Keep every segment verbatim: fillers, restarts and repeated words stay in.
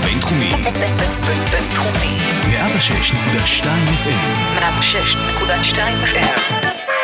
בינתחומי. בינתחומי. מאה ושש נקודה שתיים אף אם. מאה ושש נקודה שתיים אף אם.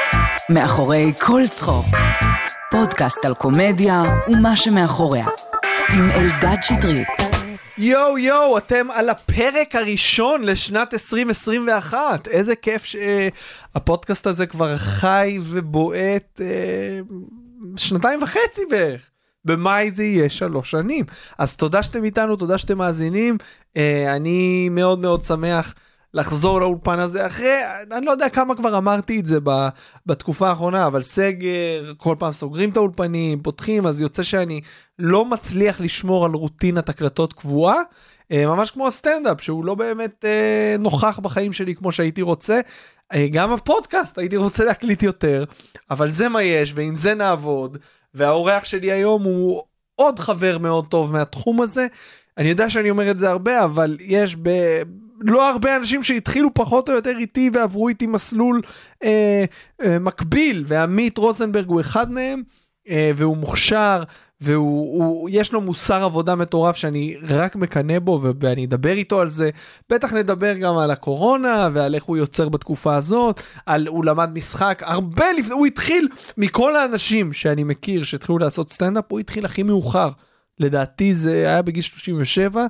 מאחורי כל צחוק. פודקאסט על קומדיה ומה שמאחוריה. עם אלדד שטרית. יו יו, אתם על הפרק הראשון לשנת עשרים עשרים ואחת. איזה כיף שהפודקאסט הזה כבר חי ובועט אה, שנתיים וחצי בערך. במאי זה יהיה שלוש שנים. אז תודה שאתם איתנו, תודה שאתם מאזינים. אה, אני מאוד מאוד שמח לחזור לאולפן הזה אחרי, אני לא יודע כמה כבר אמרתי את זה בתקופה האחרונה, אבל סגר, כל פעם סוגרים את האולפנים, פותחים, אז יוצא שאני לא מצליח לשמור על רוטינת הקלטות קבועה, ממש כמו הסטנדאפ, שהוא לא באמת נוכח בחיים שלי כמו שהייתי רוצה. גם הפודקאסט הייתי רוצה להקליט יותר, אבל זה מה יש, ועם זה נעבוד, והאורח שלי היום הוא עוד חבר מאוד טוב מהתחום הזה. אני יודע שאני אומר את זה הרבה, אבל יש ב... לא הרבה אנשים שהתחילו פחות או יותר איתי ועברו איתי מסלול אה, אה, מקביל, ועמית רוזנברג הוא אחד מהם, אה, והוא מוכשר, ויש לו מוסר עבודה מטורף שאני רק מקנה בו, ואני אדבר איתו על זה. בטח נדבר גם על הקורונה, ועל איך הוא יוצר בתקופה הזאת, על הוא למד משחק, הרבה לפני, הוא התחיל, מכל האנשים שאני מכיר שהתחילו לעשות סטנדאפ, הוא התחיל הכי מאוחר. לדעתי זה היה בגיל שלושים ושבע,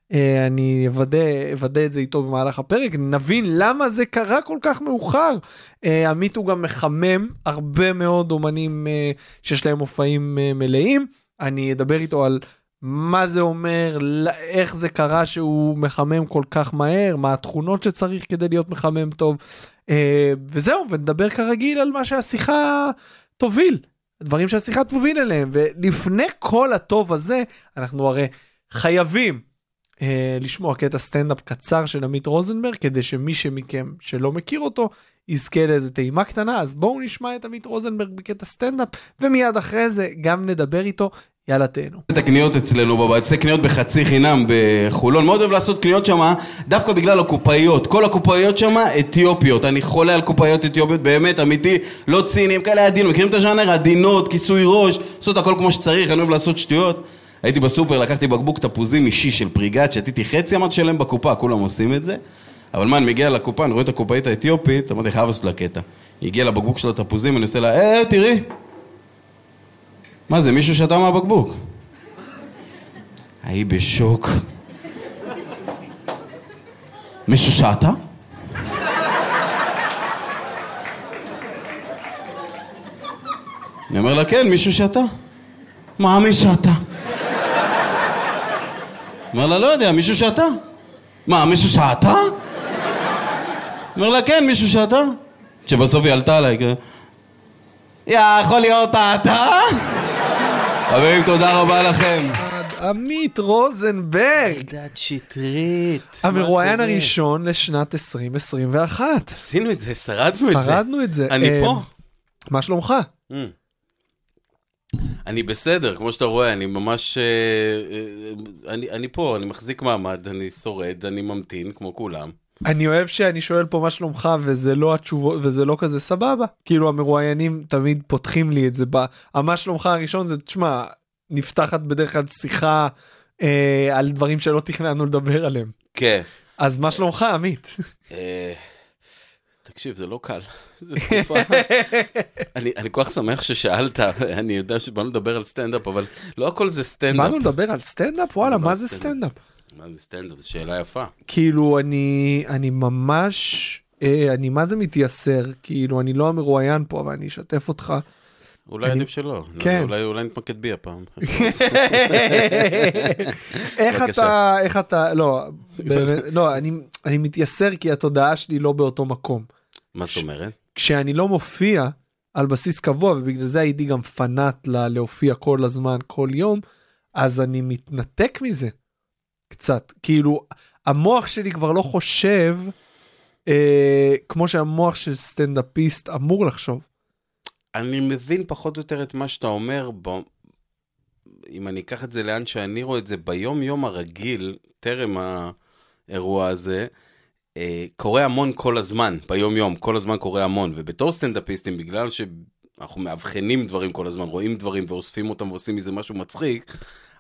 אני אוודא, אוודא את זה איתו במהלך הפרק, נבין למה זה קרה כל כך מאוחר. עמית הוא גם מחמם הרבה מאוד אומנים שיש להם מופעים מלאים, אני אדבר איתו על מה זה אומר, איך זה קרה שהוא מחמם כל כך מהר, מה התכונות שצריך כדי להיות מחמם טוב, וזהו, ונדבר כרגיל על מה שהשיחה תוביל, דברים שהשיחה תוביל אליהם, ולפני כל הטוב הזה, אנחנו הרי חייבים לשמוע קטע סטנדאפ קצר של עמית רוזנברג, כדי שמי שמכם שלא מכיר אותו, יזכה לאיזה טעימה קטנה. אז בואו נשמע את עמית רוזנברג בקטע סטנדאפ, ומיד אחרי זה גם נדבר איתו. יאללה תהנו. את הקניות אצלנו בבית, עושה קניות בחצי חינם בחולון, מאוד אוהב לעשות קניות שמה, דווקא בגלל הקופאיות, כל הקופאיות שמה אתיופיות, אני חולה על קופאיות אתיופיות, באמת אמיתי, לא ציניים, כאלה עדינות, מכירים את הז'אנר, עדינות, כיסוי ראש, לעשות הכל כמו שצריך, אני אוהב לעשות שטויות. הייתי בסופר, לקחתי בקבוק תפוזים אישי של פריגת, שתיתי חצי, אמרתי שלהם בקופה, כולם עושים את זה. אבל מה, אני מגיע לקופה, אני רואה את הקופאית האתיופית, אמרתי, חייב לעשות לה קטע. היא הגיעה לבקבוק של התפוזים, אני עושה לה, אה, תראי. מה זה, מישהו שתה מהבקבוק? היי בשוק. מישהו שתה? אני אומר לה, כן, מישהו שתה. מה, מי שתה? אומר לה, לא יודע, מישהו שעתה? מה, מישהו שעתה? אומר לה, כן, מישהו שעתה? שבסוף היא עלתה עליי, יא, יכול להיות אתה? חברים, תודה רבה לכם. עמית רוזנברג. אלדד שטרית. המרואיין הראשון לשנת עשרים עשרים ואחת. עשינו את זה, שרדנו את זה. שרדנו את זה. אני פה. מה שלומך? אני בסדר, כמו שאתה רואה, אני ממש, אני, אני פה, אני מחזיק מעמד, אני שורד, אני ממתין, כמו כולם. אני אוהב שאני שואל פה מה שלומך, וזה לא התשובות, וזה לא כזה סבבה. כאילו המרואיינים תמיד פותחים לי את זה, מה שלומך הראשון זה, תשמע, נפתחת בדרך כלל שיחה אה, על דברים שלא תכננו לדבר עליהם. כן. אז מה שלומך, עמית? אה... תקשיב, זה לא קל. זה תקופה. אני, אני כל כך שמח ששאלת, אני יודע שבאנו לדבר על סטנדאפ, אבל לא הכל זה סטנדאפ. באנו לדבר על סטנדאפ? וואלה, מה זה סטנדאפ? מה זה סטנדאפ? זו שאלה יפה. כאילו, אני, אני ממש, אני מה זה מתייסר, כאילו, אני לא המרואיין פה, אבל אני אשתף אותך. אולי עדיף שלא. כן. אולי, אולי נתמקד בי הפעם. איך אתה, איך אתה, לא, לא, אני, אני מתייסר כי התודעה שלי לא באותו מקום. מה זאת אומרת? כשאני לא מופיע על בסיס קבוע, ובגלל זה הייתי גם פנאט להופיע כל הזמן, כל יום, אז אני מתנתק מזה. קצת. כאילו, המוח שלי כבר לא חושב, אה, כמו שהמוח של סטנדאפיסט אמור לחשוב. אני מבין פחות או יותר את מה שאתה אומר, ב... אם אני אקח את זה לאן שאני רואה את זה, ביום יום הרגיל, טרם האירוע הזה, קורה המון כל הזמן, ביום יום, כל הזמן קורה המון, ובתור סטנדאפיסטים, בגלל שאנחנו מאבחנים דברים כל הזמן, רואים דברים ואוספים אותם ועושים מזה משהו מצחיק,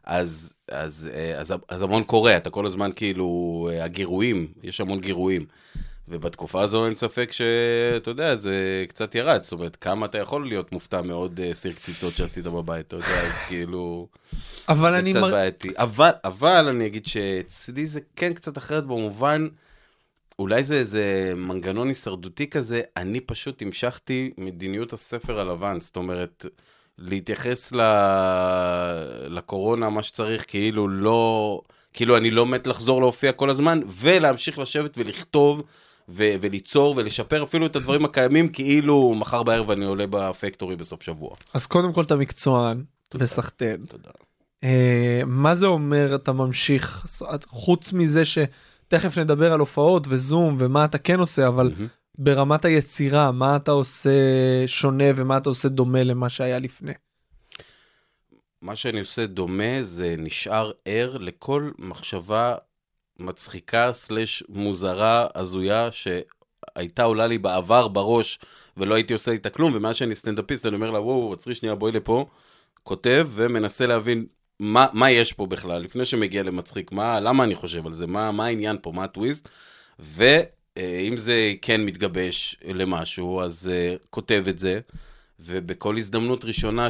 אז, אז, אז, אז המון קורה, אתה כל הזמן כאילו, הגירויים, יש המון גירויים. ובתקופה הזו אין ספק שאתה יודע, זה קצת ירד, זאת אומרת, כמה אתה יכול להיות מופתע מאוד סיר קציצות שעשית בבית, אתה יודע, אז כאילו, אבל זה אני קצת מר... בעייתי. אבל, אבל אני אגיד שאצלי זה כן קצת אחרת במובן, אולי זה איזה מנגנון הישרדותי כזה, אני פשוט המשכתי מדיניות הספר הלבן, זאת אומרת, להתייחס ל... לקורונה, מה שצריך, כאילו לא, כאילו אני לא מת לחזור להופיע כל הזמן, ולהמשיך לשבת ולכתוב, ו- וליצור ולשפר אפילו את הדברים הקיימים, כאילו מחר בערב אני עולה בפקטורי בסוף שבוע. אז קודם כל אתה מקצוען, וסחטן. תודה. אה, מה זה אומר אתה ממשיך, חוץ מזה שתכף נדבר על הופעות וזום ומה אתה כן עושה, אבל Mm-hmm. ברמת היצירה, מה אתה עושה שונה ומה אתה עושה דומה למה שהיה לפני? מה שאני עושה דומה זה נשאר ער לכל מחשבה מצחיקה סלש מוזרה, הזויה, שהייתה עולה לי בעבר בראש, ולא הייתי עושה איתה כלום, ומאז שאני סטנדאפיסט, אני אומר לה, וואו, עצרי שנייה, בואי לפה, כותב ומנסה להבין מה, מה יש פה בכלל, לפני שמגיע למצחיק, מה, למה אני חושב על זה, מה, מה העניין פה, מה הטוויסט, ואם זה כן מתגבש למשהו, אז uh, כותב את זה, ובכל הזדמנות ראשונה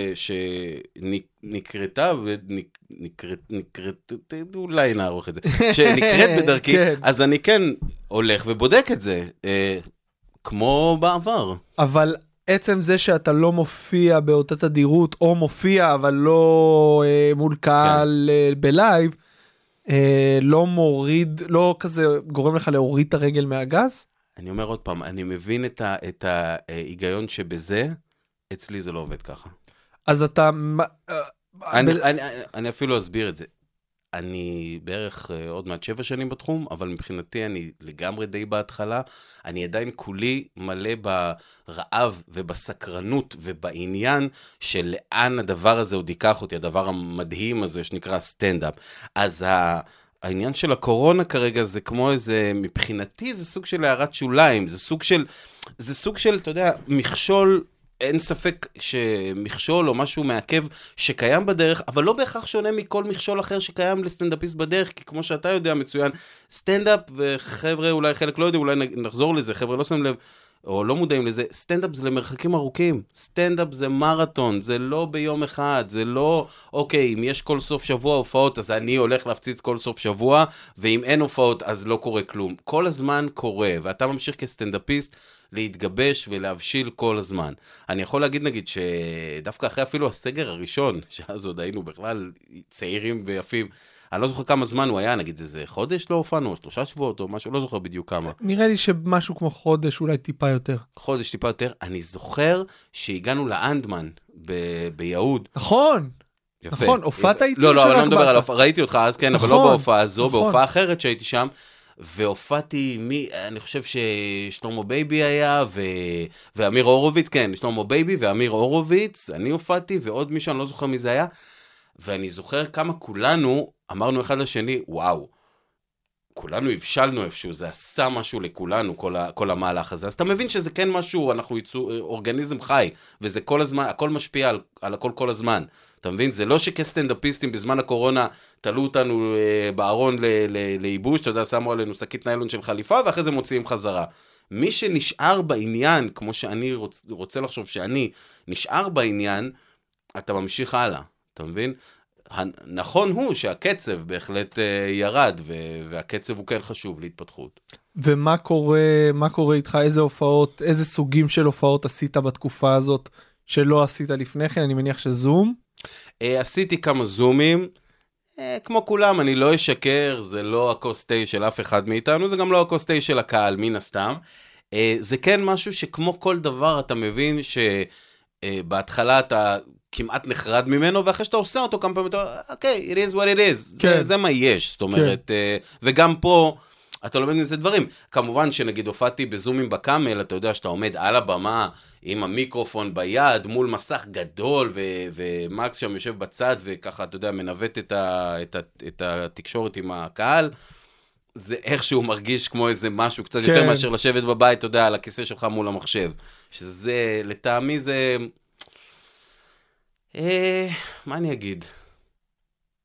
שנקרתה, ונקראת, נקראת, אולי נערוך את זה, שנקראת בדרכי, אז אני כן הולך ובודק את זה, כמו בעבר. אבל עצם זה שאתה לא מופיע באותה תדירות, או מופיע אבל לא מול קהל בלייב, לא מוריד, לא כזה גורם לך להוריד את הרגל מהגז? אני אומר עוד פעם, אני מבין את, ה, את ההיגיון שבזה, אצלי זה לא עובד ככה. אז אתה... אני, ב... אני, אני אפילו אסביר את זה. אני בערך עוד מעט שבע שנים בתחום, אבל מבחינתי אני לגמרי די בהתחלה, אני עדיין כולי מלא ברעב ובסקרנות ובעניין של לאן הדבר הזה עוד ייקח אותי, הדבר המדהים הזה שנקרא סטנדאפ. אז ה... העניין של הקורונה כרגע זה כמו איזה, מבחינתי זה סוג של הערת שוליים, זה סוג של, זה סוג של, אתה יודע, מכשול, אין ספק שמכשול או משהו מעכב שקיים בדרך, אבל לא בהכרח שונה מכל מכשול אחר שקיים לסטנדאפיסט בדרך, כי כמו שאתה יודע מצוין, סטנדאפ וחבר'ה אולי חלק לא יודע, אולי נחזור לזה, חבר'ה לא שם לב, או לא מודעים לזה, סטנדאפ זה למרחקים ארוכים, סטנדאפ זה מרתון, זה לא ביום אחד, זה לא, אוקיי, אם יש כל סוף שבוע הופעות, אז אני הולך להפציץ כל סוף שבוע, ואם אין הופעות, אז לא קורה כלום. כל הזמן קורה, ואתה ממשיך כסטנדאפיסט להתגבש ולהבשיל כל הזמן. אני יכול להגיד, נגיד, שדווקא אחרי אפילו הסגר הראשון, שאז עוד היינו בכלל צעירים ויפים, אני לא זוכר כמה זמן הוא היה, נגיד איזה חודש לא הופענו, או שלושה שבועות, או משהו, לא זוכר בדיוק כמה. נראה לי שמשהו כמו חודש, אולי טיפה יותר. חודש טיפה יותר. אני זוכר שהגענו לאנדמן ב- ביהוד. נכון. יפה. נכון, הופעת איתי לא, לא, אבל לא מדבר על הופעה, ראיתי אותך אז, כן, נכון, אבל לא בהופעה הזו, נכון. בהופעה אחרת שהייתי שם, והופעתי, מי, אני חושב ששלמה בייבי היה, ו... ואמיר אורוביץ, כן, שלמה בייבי ואמיר אורוביץ, אני הופעתי, ועוד מישהו, אני לא זוכר מי זה היה, ואני זוכר כמה כולנו אמרנו אחד לשני, וואו, כולנו הבשלנו איפשהו, זה עשה משהו לכולנו, כל, ה, כל המהלך הזה. אז אתה מבין שזה כן משהו, אנחנו יצאו, אורגניזם חי, וזה כל הזמן, הכל משפיע על, על הכל כל הזמן. אתה מבין? זה לא שכסטנדאפיסטים בזמן הקורונה תלו אותנו אה, בארון ל, ל, לאיבוש, אתה יודע, שמו עלינו שקית ניילון של חליפה, ואחרי זה מוציאים חזרה. מי שנשאר בעניין, כמו שאני רוצ, רוצה לחשוב שאני נשאר בעניין, אתה ממשיך הלאה. אתה מבין? נכון הוא שהקצב בהחלט ירד, והקצב הוא כן חשוב להתפתחות. ומה קורה, מה קורה איתך? איזה הופעות, איזה סוגים של הופעות עשית בתקופה הזאת שלא עשית לפני כן? אני מניח שזום? עשיתי כמה זומים, כמו כולם, אני לא אשקר, זה לא הקוסטי של אף אחד מאיתנו, זה גם לא הקוסטי של הקהל, מן הסתם. זה כן משהו שכמו כל דבר אתה מבין שבהתחלה אתה כמעט נחרד ממנו, ואחרי שאתה עושה אותו כמה פעמים, אתה אומר, אוקיי, it is what it is, כן. זה, זה מה יש, זאת אומרת, כן. וגם פה, אתה לומד מזה דברים. כמובן שנגיד הופעתי בזומים בקאמל, אתה יודע שאתה עומד על הבמה, עם המיקרופון ביד, מול מסך גדול, ו- ומקס שם יושב בצד, וככה, אתה יודע, מנווט את, ה- את, ה- את התקשורת עם הקהל, זה איכשהו מרגיש כמו איזה משהו, קצת כן. יותר מאשר לשבת בבית, אתה יודע, על הכיסא שלך מול המחשב. שזה, לטעמי זה... אה, מה אני אגיד?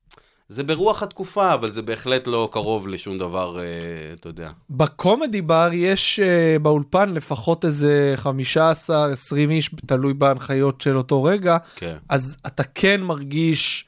זה ברוח התקופה, אבל זה בהחלט לא קרוב לשום דבר, אתה יודע. בקומדי בר יש באולפן לפחות איזה חמישה עשר עשרים איש, תלוי בהנחיות של אותו רגע, כן. אז אתה כן מרגיש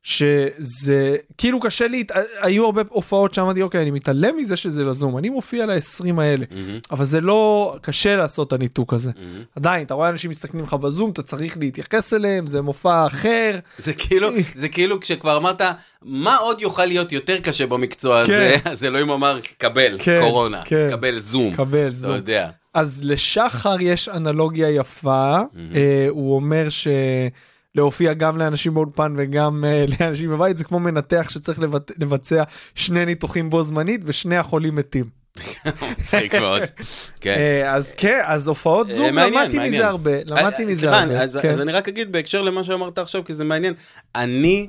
שזה, כאילו קשה לי, היו הרבה הופעות שאמרתי, אוקיי, אני מתעלם מזה שזה לזום, אני מופיע על ה-עשרים האלה, mm-hmm. אבל זה לא, קשה לעשות את הניתוק הזה. Mm-hmm. עדיין, אתה רואה אנשים מסתכלים לך בזום, אתה צריך להתייחס אליהם, זה מופע אחר. זה כאילו, זה כאילו כשכבר אמרת, מה עוד יוכל להיות יותר קשה במקצוע הזה, אז אלוהים אמר, קבל קורונה, קבל זום. קבל זום. אתה יודע. אז לשחר יש אנלוגיה יפה, הוא אומר ש... להופיע גם לאנשים באולפן וגם uh, לאנשים בבית, זה כמו מנתח שצריך לבצ... לבצע שני ניתוחים בו זמנית, ושני החולים מתים. מצחיק מאוד. כן. אז כן, אז הופעות זום, למדתי מזה הרבה. למדתי מזה הרבה. אז אני רק אגיד בהקשר למה שאמרת עכשיו, כי זה מעניין. אני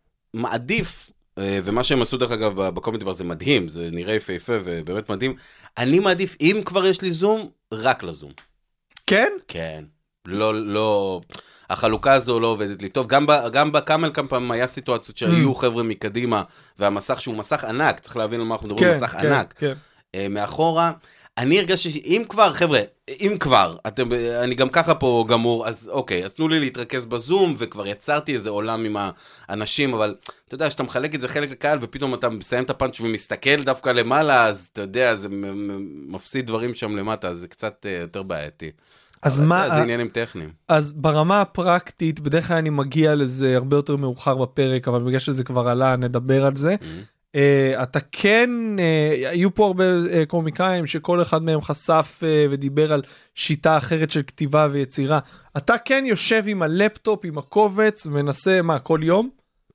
מעדיף, ומה שהם עשו דרך אגב בקומדי בר זה מדהים, זה נראה יפה ובאמת מדהים, אני מעדיף, אם כבר יש לי זום, רק לזום. כן? כן. לא, לא... החלוקה הזו לא עובדת לי טוב, גם, ב, גם בקאמל כמה פעמים היה סיטואציות שהיו חבר'ה מקדימה, והמסך שהוא מסך ענק, צריך להבין על מה אנחנו מדברים, כן, מסך כן, ענק. כן. Uh, מאחורה, אני הרגשתי שאם כבר, חבר'ה, אם כבר, אתם, אני גם ככה פה גמור, אז אוקיי, אז תנו לי להתרכז בזום, וכבר יצרתי איזה עולם עם האנשים, אבל אתה יודע, שאתה מחלק את זה חלק לקהל, ופתאום אתה מסיים את הפאנץ' ומסתכל דווקא למעלה, אז אתה יודע, זה מפסיד דברים שם למטה, אז זה קצת uh, יותר בעייתי. אז מה, זה עניינים טכניים. אז ברמה הפרקטית, בדרך כלל אני מגיע לזה הרבה יותר מאוחר בפרק, אבל בגלל שזה כבר עלה, נדבר על זה. Mm-hmm. Uh, אתה כן, uh, היו פה הרבה uh, קומיקאים, שכל אחד מהם חשף uh, ודיבר על שיטה אחרת של כתיבה ויצירה. אתה כן יושב עם הלפטופ, עם הקובץ, ומנסה, מה, כל יום?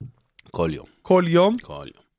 כל יום. כל יום? כל יום.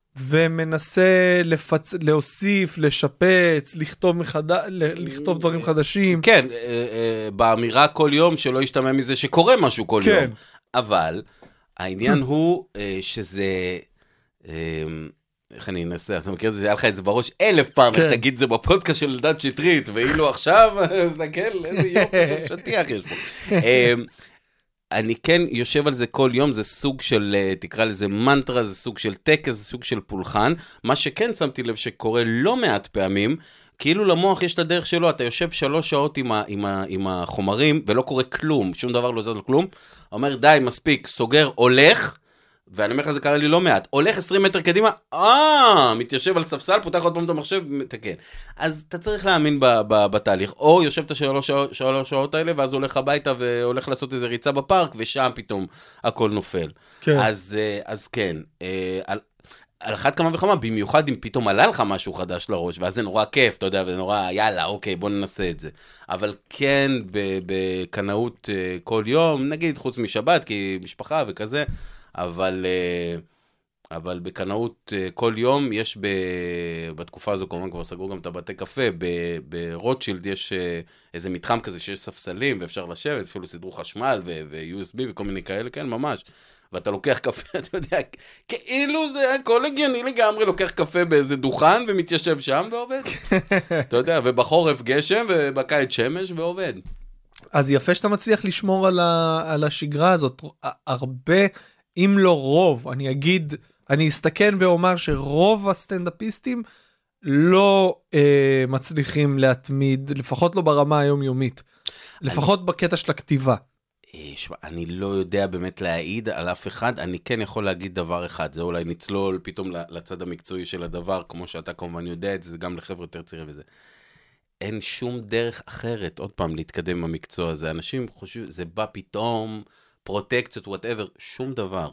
ומנסה לפצ... להוסיף, לשפץ, לכתוב, מחד... לכתוב דברים חדשים. כן, אה, אה, באמירה כל יום שלא ישתמע מזה שקורה משהו כל כן. יום. אבל העניין הוא אה, שזה... אה, איך אני אנסה? אתה מכיר את זה? היה לך את זה בראש אלף פעם, כן. איך תגיד זה בפודקאסט של אלדד שטרית, ואילו עכשיו, תסתכל, איזה יופי של שטיח יש פה. אה, אני כן יושב על זה כל יום, זה סוג של, תקרא לזה מנטרה, זה סוג של טקס, זה סוג של פולחן. מה שכן שמתי לב שקורה לא מעט פעמים, כאילו למוח יש את הדרך שלו, אתה יושב שלוש שעות עם, ה, עם, ה, עם החומרים, ולא קורה כלום, שום דבר לא זז לו כלום, אומר די, מספיק, סוגר, הולך, ואני אומר לך, זה קרה לי לא מעט, הולך עשרים מטר קדימה, אה, מתיישב על ספסל, פותח עוד פעם את המחשב, מתקן. אז אתה צריך להאמין ב, ב, בתהליך, או יושב את השלוש שלוש שעות האלה, ואז הולך הביתה והולך לעשות איזה ריצה בפארק, ושם פתאום הכל נופל. כן. אז, אז כן, על, על אחת כמה וכמה, במיוחד אם פתאום עלה לך משהו חדש לראש, ואז זה נורא כיף, אתה יודע, וזה נורא, יאללה, אוקיי, בוא ננסה את זה. אבל כן, בקנאות כל יום, נגיד, חוץ משבת, כי משפחה וכזה, אבל, אבל בקנאות כל יום יש ב, בתקופה הזו, כמובן כבר סגרו גם את הבתי קפה, ברוטשילד יש איזה מתחם כזה שיש ספסלים ואפשר לשבת, אפילו סידרו חשמל ו-יו אס בי וכל מיני כאלה, כן, ממש. ואתה לוקח קפה, אתה יודע, כאילו זה הכל הגיוני לגמרי, לוקח קפה באיזה דוכן ומתיישב שם ועובד. אתה יודע, ובחורף גשם ובקיץ שמש ועובד. אז יפה שאתה מצליח לשמור על, ה, על השגרה הזאת, הרבה... אם לא רוב, אני אגיד, אני אסתכן ואומר שרוב הסטנדאפיסטים לא אה, מצליחים להתמיד, לפחות לא ברמה היומיומית, לפחות אני... בקטע של הכתיבה. שמה, אני לא יודע באמת להעיד על אף אחד, אני כן יכול להגיד דבר אחד, זה אולי נצלול פתאום לצד המקצועי של הדבר, כמו שאתה כמובן יודע את זה, זה גם לחבר'ה יותר צעירים וזה. אין שום דרך אחרת, עוד פעם, להתקדם במקצוע הזה. אנשים חושבים, זה בא פתאום... פרוטקציות, whatever, שום דבר.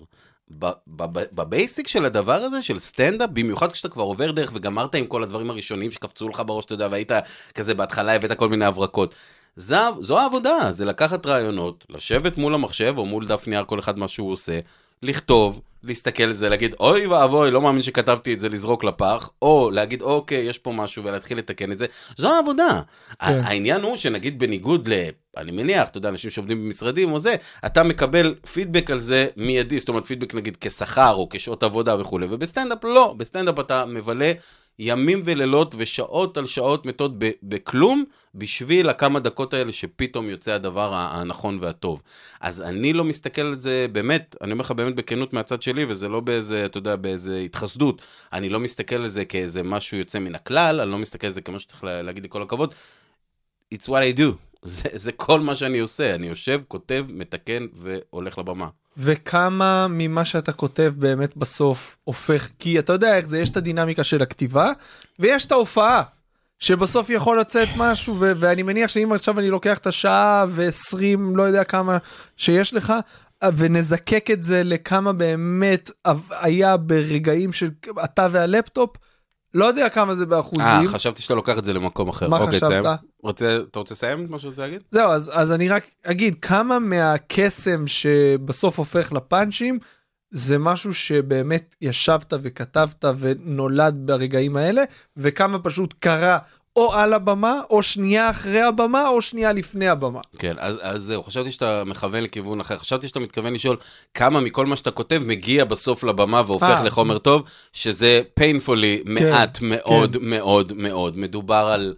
בבייסיק של הדבר הזה, של סטנדאפ, במיוחד כשאתה כבר עובר דרך וגמרת עם כל הדברים הראשונים שקפצו לך בראש, אתה יודע, והיית כזה בהתחלה, הבאת כל מיני הברקות. זו, זו העבודה, זה לקחת רעיונות, לשבת מול המחשב או מול דף נייר, כל אחד מה שהוא עושה, לכתוב, להסתכל על זה, להגיד, אוי ואבוי, לא מאמין שכתבתי את זה, לזרוק לפח, או להגיד, אוקיי, יש פה משהו, ולהתחיל לתקן את זה. זו העבודה. כן. העניין הוא שנגיד בניגוד ל... אני מניח, אתה יודע, אנשים שעובדים במשרדים או זה, אתה מקבל פידבק על זה מיידי, זאת אומרת, פידבק נגיד כשכר או כשעות עבודה וכו', ובסטנדאפ לא, בסטנדאפ אתה מבלה ימים ולילות ושעות על שעות מתות בכלום, בשביל הכמה דקות האלה שפתאום יוצא הדבר הנכון והטוב. אז אני לא מסתכל על זה באמת, אני אומר לך באמת בכנות מהצד שלי, וזה לא באיזה, אתה יודע, באיזה התחסדות, אני לא מסתכל על זה כאיזה משהו יוצא מן הכלל, אני לא מסתכל על זה כמו שצריך להגיד לי כל הכבוד, it's what I do. זה, זה כל מה שאני עושה, אני יושב, כותב, מתקן והולך לבמה. וכמה ממה שאתה כותב באמת בסוף הופך, כי אתה יודע איך זה, יש את הדינמיקה של הכתיבה, ויש את ההופעה, שבסוף יכול לצאת משהו, ו- ואני מניח שאם עכשיו אני לוקח את השעה ועשרים, לא יודע כמה שיש לך, ונזקק את זה לכמה באמת היה ברגעים של אתה והלפטופ, לא יודע כמה זה באחוזים. אה, חשבתי שאתה לוקח את זה למקום אחר. מה אוקיי, חשבת? רוצה, אתה רוצה לסיים את מה שאתה רוצה להגיד? זהו, אז, אז אני רק אגיד, כמה מהקסם שבסוף הופך לפאנצ'ים, זה משהו שבאמת ישבת וכתבת ונולד ברגעים האלה, וכמה פשוט קרה או על הבמה, או שנייה אחרי הבמה, או שנייה לפני הבמה. כן, אז, אז זהו, חשבתי שאתה מכוון לכיוון אחר, חשבתי שאתה מתכוון לשאול כמה מכל מה שאתה כותב מגיע בסוף לבמה והופך 아, לחומר טוב, שזה painfully כן, מעט מאוד כן. מאוד מאוד, מדובר על,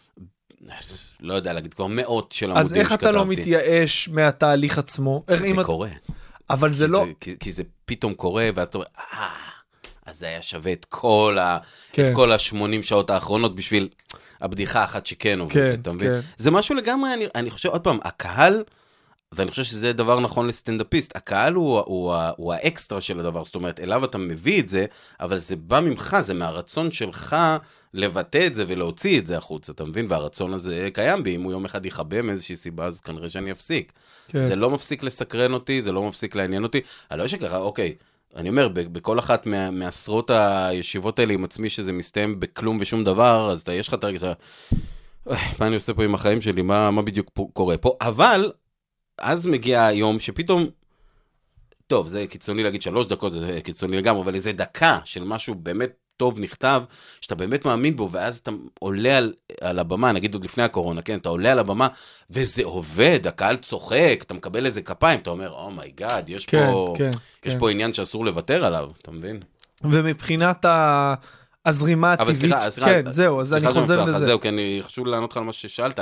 לא יודע להגיד, כבר מאות של עמודים שכתבתי. אז איך אתה לא מתייאש מהתהליך עצמו? זה אם קורה. אבל זה לא... זה, כי, כי זה פתאום קורה, ואז אתה אומר, אה, אז זה היה שווה את כל ה... כן. את כל ה-שמונים שעות האחרונות בשביל הבדיחה אחת שכן עובדת, כן, אתה מבין? כן. זה משהו לגמרי, אני, אני חושב, עוד פעם, הקהל, ואני חושב שזה דבר נכון לסטנדאפיסט, הקהל הוא, הוא, הוא, הוא האקסטרה של הדבר, זאת אומרת, אליו אתה מביא את זה, אבל זה בא ממך, זה מהרצון שלך לבטא את זה ולהוציא את זה החוץ, אתה מבין? והרצון הזה קיים בי, אם הוא יום אחד יחבא מאיזושהי סיבה, אז כנראה שאני אפסיק. כן. זה לא מפסיק לסקרן אותי, זה לא מפסיק לעניין אותי, אני לא שככה, אוקיי, אני אומר, בכל אחת מה, מעשרות הישיבות האלה עם עצמי שזה מסתיים בכלום ושום דבר, אז אתה, יש לך את הרגע, מה אני עושה פה עם החיים שלי, מה, מה בדיוק פה, קורה פה, אבל אז מגיע היום שפתאום, טוב, זה קיצוני להגיד שלוש דקות, זה קיצוני לגמרי, אבל איזה דקה של משהו באמת טוב נכתב, שאתה באמת מאמין בו, ואז אתה עולה על, על הבמה, נגיד עוד לפני הקורונה, כן, אתה עולה על הבמה, וזה עובד, הקהל צוחק, אתה מקבל איזה כפיים, אתה אומר, אומייגאד, יש כן, פה, כן, יש כן. פה עניין שאסור לוותר עליו, אתה מבין? ומבחינת ה... הזרימה הטבעית, סליחה, סליחה, כן, זהו, אז אני חוזר לזה. זהו, כי אני חשוב לענות לך על מה ששאלת.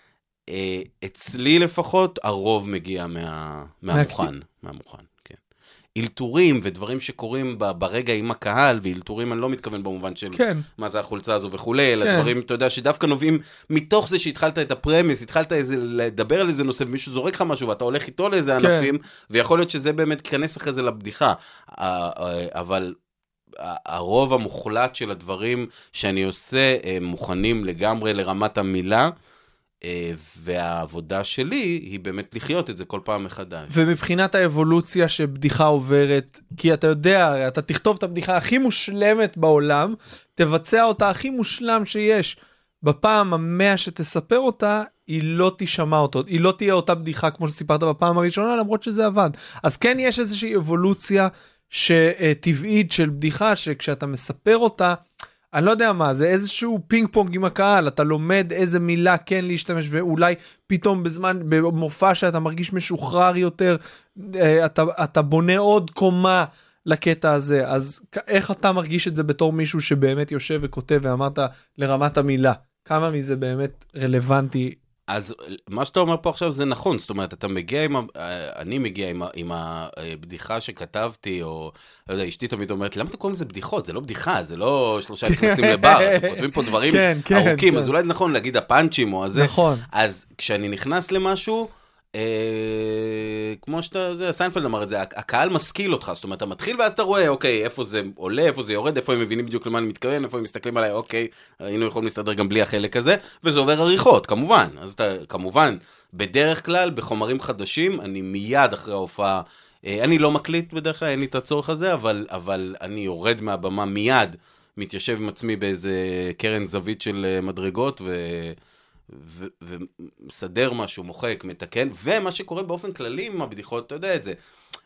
אצלי לפחות, הרוב מגיע מה, מהמוכן, מהמוכן, כן. אילתורים ודברים שקורים ברגע עם הקהל, ואילתורים אני לא מתכוון במובן של כן. מה זה החולצה הזו וכולי, אלא כן. דברים, אתה יודע, שדווקא נובעים מתוך זה שהתחלת את הפרמיס, התחלת איזה, לדבר על איזה נושא, ומישהו זורק לך משהו, ואתה הולך איתו לאיזה כן. ענפים, ויכול להיות שזה באמת כנס אחרי זה לבדיחה. אבל הרוב המוחלט של הדברים שאני עושה, מוכנים לגמרי לרמת המילה, והעבודה שלי היא באמת לחיות את זה כל פעם מחדש. ומבחינת האבולוציה שבדיחה עוברת, כי אתה יודע, אתה תכתוב את הבדיחה הכי מושלמת בעולם, תבצע אותה הכי מושלם שיש. בפעם המאה שתספר אותה, היא לא תשמע אותו, היא לא תהיה אותה בדיחה כמו שסיפרת בפעם הראשונה, למרות שזה עבד. אז כן יש איזושהי אבולוציה שטבעית של בדיחה, שכשאתה מספר אותה, אני לא יודע מה, זה איזשהו פינג פונג עם הקהל, אתה לומד איזה מילה כן להשתמש, ואולי פתאום בזמן, במופע שאתה מרגיש משוחרר יותר, אתה, אתה בונה עוד קומה לקטע הזה, אז איך אתה מרגיש את זה בתור מישהו שבאמת יושב וכותב, ואמרת לרמת המילה, כמה מזה באמת רלוונטי? אז מה שאתה אומר פה עכשיו זה נכון, זאת אומרת, אתה מגיע עם, אני מגיע עם, עם הבדיחה שכתבתי, או, לא יודע, אשתי תמיד אומרת, למה אתה קוראים לזה בדיחות? זה לא בדיחה, זה לא שלושה נכנסים לבר, אתם כותבים פה דברים כן, ארוכים, כן, אז כן. אולי נכון להגיד הפאנצ'ים או הזה, נכון. אז כשאני נכנס למשהו, אה, כמו שאתה, זה, סיינפלד אמר את זה, הקהל משכיל אותך, זאת אומרת, אתה מתחיל ואז אתה רואה, אוקיי, איפה זה עולה, איפה זה יורד, איפה הם מבינים בדיוק למה אני מתכוון, איפה הם מסתכלים עליי, אוקיי, היינו יכולים להסתדר גם בלי החלק הזה, וזה עובר עריכות, כמובן, אז אתה, כמובן, בדרך כלל, בחומרים חדשים, אני מיד אחרי ההופעה, אה, אני לא מקליט בדרך כלל, אין לי את הצורך הזה, אבל, אבל אני יורד מהבמה מיד, מתיישב עם עצמי באיזה קרן זווית של מדרגות, ו... ומסדר משהו, מוחק, מתקן, ומה שקורה באופן כללי עם הבדיחות, אתה יודע את זה,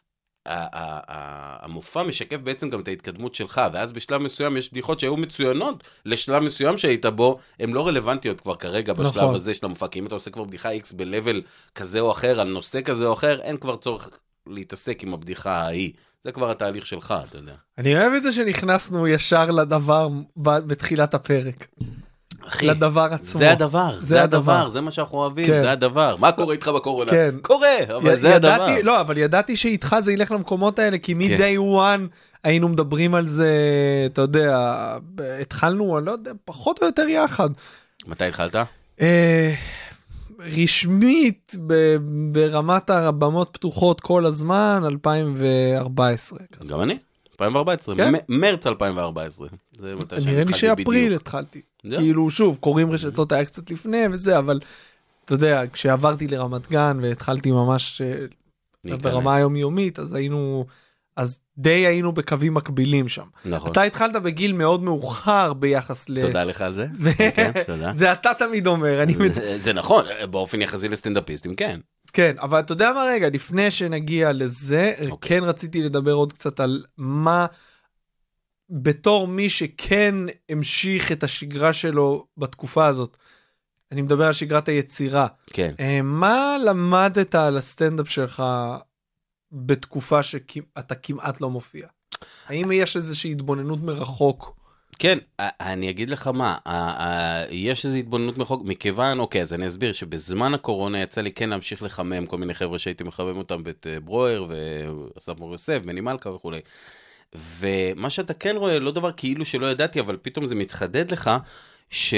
המופע משקף בעצם גם את ההתקדמות שלך, ואז בשלב מסוים יש בדיחות שהיו מצוינות, לשלב מסוים שהיית בו, הן לא רלוונטיות כבר כרגע בשלב הזה של המופע, כי אם אתה עושה כבר בדיחה X ב-level כזה או אחר, על נושא כזה או אחר, אין כבר צורך להתעסק עם הבדיחה ההיא, זה כבר התהליך שלך, אתה יודע. אני אוהב את זה שנכנסנו ישר לדבר בתחילת הפרק. אחי, לדבר עצמו. זה הדבר, זה, זה הדבר, הדבר, זה מה שאנחנו אוהבים, כן. זה הדבר. מה קורה איתך בקורונה? כן. קורה, אבל י- זה ידעתי, הדבר. לא, אבל ידעתי שאיתך זה ילך למקומות האלה, כי מ-day one היינו מדברים על זה, אתה יודע, התחלנו, אני לא יודע, פחות או יותר יחד. מתי התחלת? אה, רשמית, ב- ברמת הבמות פתוחות כל הזמן, אלפיים וארבע עשרה. גם אני, אלפיים וארבע עשרה, כן? מ- מרץ אלפיים וארבע עשרה. זה מתי שאני נראה לי התחלתי בדיוק. שאפריל התחלתי. זה? כאילו, שוב, קוראים רשתות היה קצת לפני וזה, אבל אתה יודע, כשעברתי לרמת גן והתחלתי ממש להיכנס. ברמה היומיומית, אז היינו, אז די היינו בקווים מקבילים שם. נכון. אתה התחלת בגיל מאוד מאוחר ביחס ל... תודה לך על זה. ו- כן, תודה. זה אתה תמיד אומר, אני... מת- זה- זה נכון, באופן יחסי לסטנדאפיסטים, כן. כן, אבל אתה יודע מה רגע, לפני שנגיע לזה, אוקיי. כן רציתי לדבר עוד קצת על מה, בתור מי שכן המשיך את השגרה שלו בתקופה הזאת, אני מדבר על שגרת היצירה, כן. אה, מה למדת על הסטנדאפ שלך בתקופה שאתה כמעט לא מופיע? האם יש איזושהי התבוננות מרחוק? כן, אני אגיד לך מה, יש איזו התבוננות מרחוק, מכיוון, אוקיי, אז אני אסביר שבזמן הקורונה יצא לי כן להמשיך לחמם כל מיני חבר'ה שהייתי מחמם אותם, בית ברואר ואסף מור יוסף, בני מלכה וכו'. ומה שאתה כן רואה, לא דבר כאילו שלא ידעתי, אבל פתאום זה מתחדד לך, ש...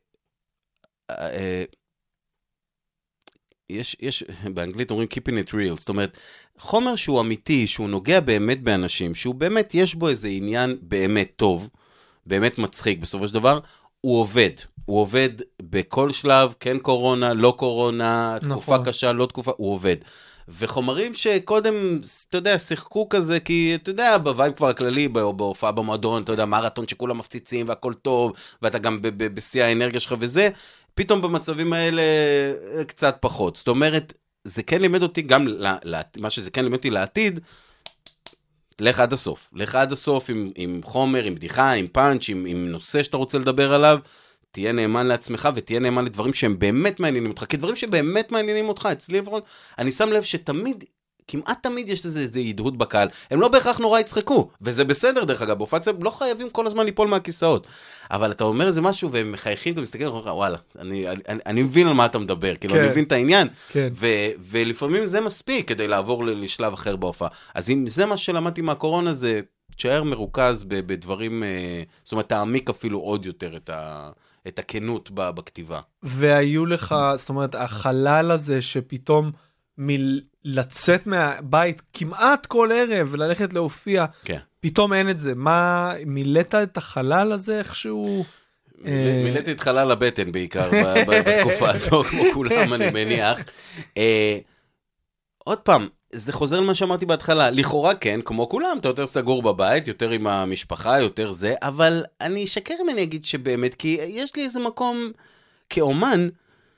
יש, יש, באנגלית אומרים keeping it real, זאת אומרת, חומר שהוא אמיתי, שהוא נוגע באמת באנשים, שהוא באמת, יש בו איזה עניין באמת טוב, באמת מצחיק, בסופו של דבר, הוא עובד. הוא עובד בכל שלב, כן קורונה, לא קורונה, תקופה נכון. קשה, לא תקופה, הוא עובד. וחומרים שקודם, אתה יודע, שיחקו כזה, כי אתה יודע, בווייב כבר הכללי, בהופעה במועדון, אתה יודע, מרתון שכולם מפציצים והכל טוב, ואתה גם בשיא האנרגיה שלך וזה, פתאום במצבים האלה קצת פחות. זאת אומרת, זה כן לימד אותי, גם מה שזה כן לימד אותי לעתיד, לך עד הסוף. לך עד הסוף עם, עם חומר, עם בדיחה, עם פאנץ', עם, עם נושא שאתה רוצה לדבר עליו, תהיה נאמן לעצמך ותהיה נאמן לדברים שהם באמת מעניינים אותך, כי דברים שבאמת מעניינים אותך, אצלי לפחות, אני שם לב שתמיד, כמעט תמיד יש לזה איזה ידהות בקהל, הם לא בהכרח נורא יצחקו, וזה בסדר דרך אגב, בהופעה לא חייבים כל הזמן ליפול מהכיסאות, אבל אתה אומר איזה משהו והם מחייכים ומסתכלים, וואלה, אני, אני, אני מבין על מה אתה מדבר, כאילו כן. אני מבין את העניין, כן. ו, ולפעמים זה מספיק כדי לעבור לשלב אחר בהופעה, אז אם זה מה שלמדתי מהקורונה, זה תשאר מרוכז בדברים, זאת אומרת, תעמיק אפילו עוד יותר את ה... את הכנות בכתיבה. והיו לך, זאת אומרת, החלל הזה שפתאום מלצאת מהבית כמעט כל ערב וללכת להופיע, כן. פתאום אין את זה. מה, מילאת את החלל הזה איכשהו? מילאתי את חלל הבטן בעיקר בתקופה הזו, כמו כולם אני מניח. עוד פעם, זה חוזר למה שאמרתי בהתחלה, לכאורה כן, כמו כולם, אתה יותר סגור בבית, יותר עם המשפחה, יותר זה, אבל אני אשקר אם אני אגיד שבאמת, כי יש לי איזה מקום כאומן,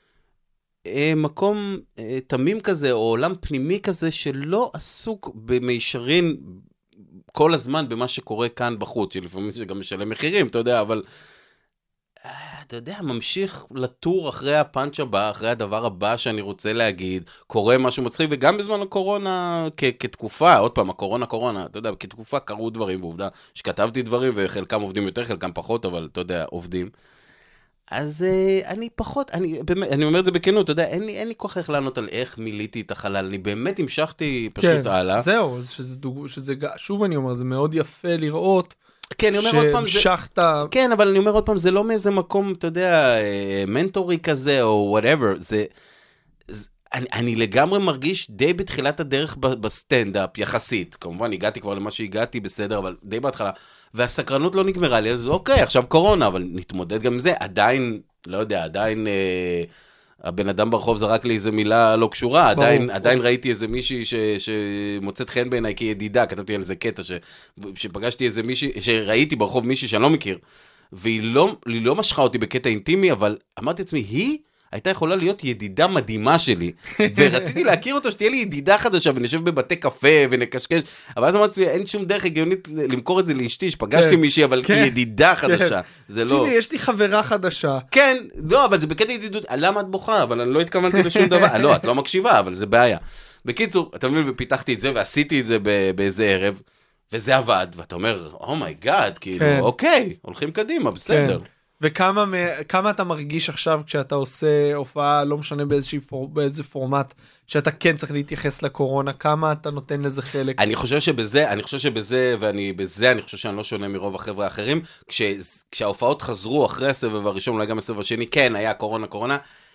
מקום תמים כזה, או עולם פנימי כזה, שלא עסוק במישרין כל הזמן במה שקורה כאן בחוץ, שלפעמים זה גם משלם מחירים, אתה יודע, אבל... אתה יודע, ממשיך לטור אחרי הפאנץ' הבא, אחרי הדבר הבא שאני רוצה להגיד, קורה משהו מצחיק, וגם בזמן הקורונה, כ- כתקופה, עוד פעם, הקורונה, קורונה, אתה יודע, כתקופה קרו דברים, ועובדה שכתבתי דברים, וחלקם עובדים יותר, חלקם פחות, אבל אתה יודע, עובדים. אז uh, אני פחות, אני, באמת, אני אומר את זה בכנות, אתה יודע, אין לי, אין לי כוח איך לענות על איך מיליתי את החלל, אני באמת המשכתי פשוט כן, הלאה. זהו, שזה דוג... שזה, שוב אני אומר, זה מאוד יפה לראות, כן, אני אומר עוד פעם, שהמשכת... כן, אבל אני אומר עוד פעם, זה לא מאיזה מקום, אתה יודע, מנטורי כזה, או whatever, זה, זה אני, אני לגמרי מרגיש די בתחילת הדרך בסטנדאפ, יחסית, כמובן, הגעתי כבר למה שהגעתי בסדר, אבל די בהתחלה, והסקרנות לא נגמרה לי, אז אוקיי, עכשיו קורונה, אבל נתמודד גם עם זה, עדיין, לא יודע, עדיין... אה, הבן אדם ברחוב זרק לי איזה מילה לא קשורה, עדיין, עדיין ראיתי איזה מישהי ש, שמוצאת חן בעיניי כידידה, כתבתי על זה קטע, ש, שפגשתי איזה מישהי, שראיתי ברחוב מישהי שאני לא מכיר, והיא לא, היא לא משכה אותי בקטע אינטימי, אבל אמרתי לעצמי, היא הייתה יכולה להיות ידידה מדהימה שלי, ורציתי להכיר אותו, שתהיה לי ידידה חדשה, ונשב בבתי קפה, ונקשקש, אבל אז אמרתי לעצמי, אין שום דרך הגיונית למכור את זה לאשתי, שפגשתי מישהי, אבל ידידה חדשה, זה לא... תשיבי, יש לי חברה חדשה. כן, לא, אבל זה בקטע ידידות, למה את בוכה? אבל אני לא התכוונתי לשום דבר, לא, את לא מקשיבה, אבל זה בעיה. בקיצור, אתה מבין, ופיתחתי את זה, ועשיתי את זה באיזה ערב, וזה עבד, ואתה אומר, אומייגאד, כאילו, אוקיי, הולכים קדימה, בסדר. וכמה כמה אתה מרגיש עכשיו כשאתה עושה הופעה, לא משנה באיזה פורמט, שאתה כן צריך להתייחס לקורונה, כמה אתה נותן לזה חלק? אני חושב שבזה, אני חושב שבזה, ואני בזה, אני חושב שאני לא שונה מרוב החבר'ה האחרים, כש, כשההופעות חזרו אחרי הסבב הראשון, אולי גם הסבב השני, כן, היה קורונה, קורונה,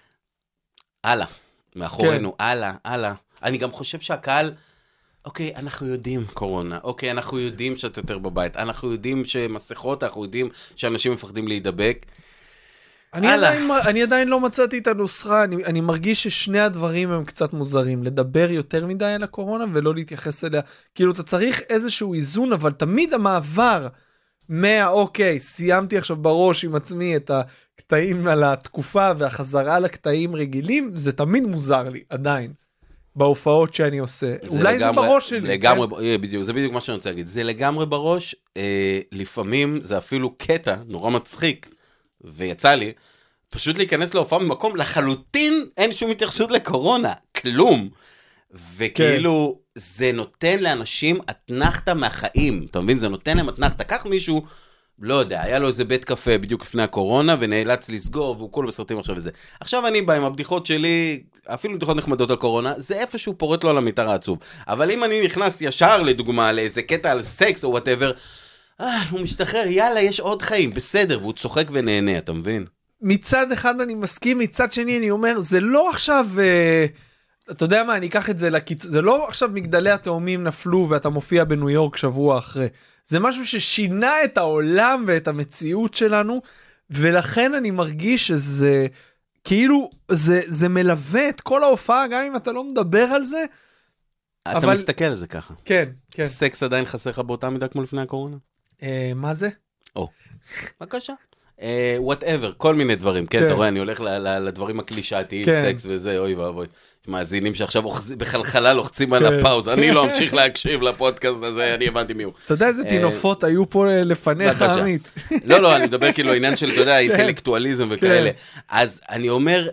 הלאה, מאחורינו, כן. הלאה, הלאה. אני גם חושב שהקהל, אוקיי, אנחנו יודעים קורונה, אוקיי, אנחנו יודעים שאתה יותר בבית, אנחנו יודעים שמסכות, אנחנו יודעים שאנשים מפחדים להידבק. אני עדיין, אני עדיין לא מצאתי את הנוסחה, אני, אני מרגיש ששני הדברים הם קצת מוזרים, לדבר יותר מדי על הקורונה ולא להתייחס אליה, כאילו אתה צריך איזשהו איזון, אבל תמיד המעבר מה, אוקיי, סיימתי עכשיו בראש עם עצמי את הקטעים על התקופה והחזרה לקטעים רגילים, זה תמיד מוזר לי, עדיין. בהופעות שאני עושה. זה אולי לגמרי, זה בראש שלי. לגמרי, כן? בדיוק, זה בדיוק מה שאני רוצה להגיד. זה לגמרי בראש, אה, לפעמים זה אפילו קטע נורא מצחיק, ויצא לי, פשוט להיכנס להופעה ממקום, לחלוטין אין שום התייחסות לקורונה, כלום. וכאילו, כן. זה נותן לאנשים אתנחתה מהחיים, אתה מבין? זה נותן להם אתנחתה. כך מישהו, לא יודע, היה לו איזה בית קפה בדיוק לפני הקורונה, ונאלץ לסגור, והוא כל בסרטים עכשיו וזה. עכשיו אני בא עם הבדיחות שלי, אפילו בדיחות נחמדות על קורונה, זה איפשהו פורט לו על המיתר העצוב. אבל אם אני נכנס ישר לדוגמה, לאיזה קטע על סקס או whatever, אה, הוא משתחרר, יאללה, יש עוד חיים, בסדר, והוא צוחק ונהנה, אתה מבין? מצד אחד אני מסכים, מצד שני אני אומר, זה לא עכשיו, אה, אתה יודע מה, אני אקח את זה לקיצ... זה לא עכשיו מגדלי התאומים נפלו, ואתה מופיע בניו יורק שבוע אחרי. זה משהו ששינה את העולם ואת המציאות שלנו, ולכן אני מרגיש שזה, כאילו, זה, זה מלווה את כל ההופעה, גם אם אתה לא מדבר על זה. אתה אבל... מסתכל על זה ככה. כן, כן. סקס עדיין חסר לך באותה מידה כמו לפני הקורונה? אה, מה זה? או, בבקשה. whatever, כל מיני דברים, כן, אתה רואה, אני הולך לדברים הקלישאתיים, סקס וזה, אוי ואבוי, מאזינים שעכשיו בחלחלה לוחצים על הפאוז, אני לא אמשיך להקשיב לפודקאסט הזה, אני הבנתי מי הוא. אתה יודע איזה תינופות היו פה לפניך, עמית? לא, לא, אני מדבר כאילו עניין של, אתה יודע, אינטלקטואליזם וכאלה, אז אני אומר,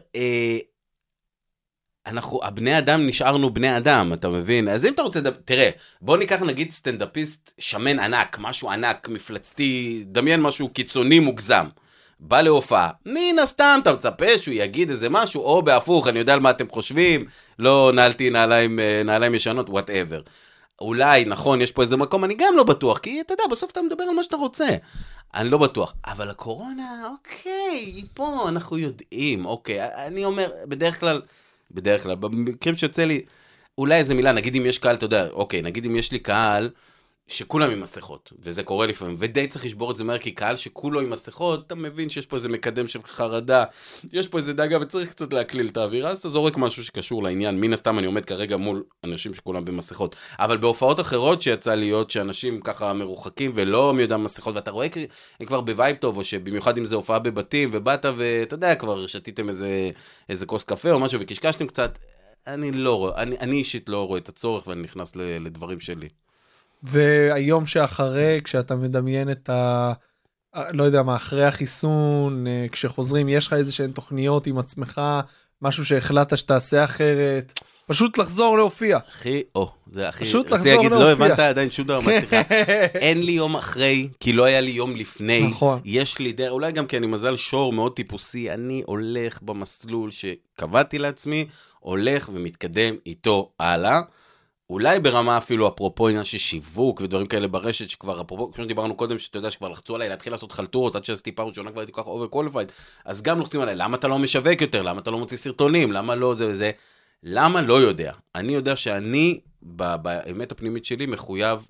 אנחנו, הבני אדם נשארנו בני אדם, אתה מבין? אז אם אתה רוצה, תראה, בוא ניקח נגיד סטנדאפיסט שמן ענק, משהו ענק, מפלצתי, דמיין משהו קיצוני מוגזם. בא להופעה, מן הסתם אתה מצפה שהוא יגיד איזה משהו, או בהפוך, אני יודע על מה אתם חושבים, לא נעלתי נעליים, נעליים ישנות, whatever. אולי, נכון, יש פה איזה מקום, אני גם לא בטוח, כי אתה יודע, בסוף אתה מדבר על מה שאתה רוצה. אני לא בטוח. אבל הקורונה, אוקיי, פה אנחנו יודעים, אוקיי, אני אומר, בדרך כלל, בדרך כלל, במקרים שיוצא לי, אולי איזה מילה, נגיד אם יש קהל, אתה יודע, אוקיי, נגיד אם יש לי קהל, שכולם עם מסכות, וזה קורה לפעמים, ודי צריך לשבור את זה מהר, כי קהל שכולו עם מסכות, אתה מבין שיש פה איזה מקדם של חרדה, יש פה איזה דאגה, וצריך קצת להקליל את האווירה, אז אתה זורק משהו שקשור לעניין, מן הסתם אני עומד כרגע מול אנשים שכולם במסכות, אבל בהופעות אחרות שיצא להיות, שאנשים ככה מרוחקים, ולא מי יודע מסכות, ואתה רואה כבר בווייב טוב, או שבמיוחד אם זה הופעה בבתים, ובאת ואתה יודע, כבר שתיתם איזה, איזה כוס קפה או משהו, וקשקשתם קצת, אני לא רואה, אני, אני אישית לא רואה את הצורך, ואני נכנס לדברים שלי. והיום שאחרי, כשאתה מדמיין את ה... לא יודע מה, אחרי החיסון, כשחוזרים, יש לך איזה שהן תוכניות עם עצמך, משהו שהחלטת שתעשה אחרת, פשוט לחזור להופיע. אחי, או, זה הכי... פשוט לחזור להופיע. לא הבנת עדיין שום דבר מהשיחה. אין לי יום אחרי, כי לא היה לי יום לפני. נכון. יש לי דרך, אולי גם כי אני מזל שור מאוד טיפוסי, אני הולך במסלול שקבעתי לעצמי, הולך ומתקדם איתו הלאה. אולי ברמה אפילו אפרופו עניין של שיווק ודברים כאלה ברשת שכבר אפרופו, כמו שדיברנו קודם שאתה יודע שכבר לחצו עליי להתחיל לעשות חלטורות עד שעשיתי פעם ראשונה כבר הייתי כל כך overqualified, אז גם לוחצים עליי, למה אתה לא משווק יותר, למה אתה לא מוציא סרטונים, למה לא זה וזה, למה לא יודע, אני יודע שאני באמת הפנימית שלי מחויב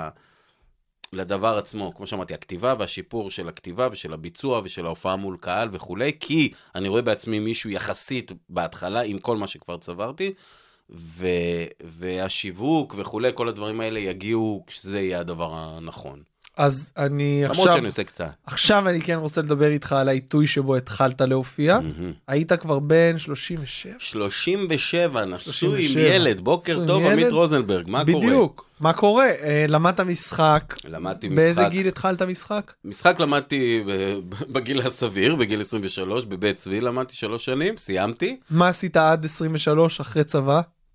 לדבר עצמו, כמו שאמרתי, הכתיבה והשיפור של הכתיבה ושל הביצוע ושל ההופעה מול קהל וכולי, כי אני רואה בעצמי מישהו יחסית בהתחלה עם כל מה שכבר צברתי, ו... והשיווק וכולי, כל הדברים האלה יגיעו כשזה יהיה הדבר הנכון. אז אני עכשיו... למרות שאני עושה קצת. עכשיו אני כן רוצה לדבר איתך על העיתוי שבו התחלת להופיע. Mm-hmm. היית כבר בן שלושים ושבע? שלושים ושבע, נשוי עם ילד. בוקר טוב, עמית רוזנברג, מה בדיוק. קורה? בדיוק, מה קורה? למדת משחק. למדתי משחק. באיזה גיל התחלת משחק? משחק למדתי בגיל הסביר, בגיל עשרים ושלוש, בבית צבי, למדתי שלוש שנים, סיימתי. מה עשית עד עשרים ושלוש אחרי צבא?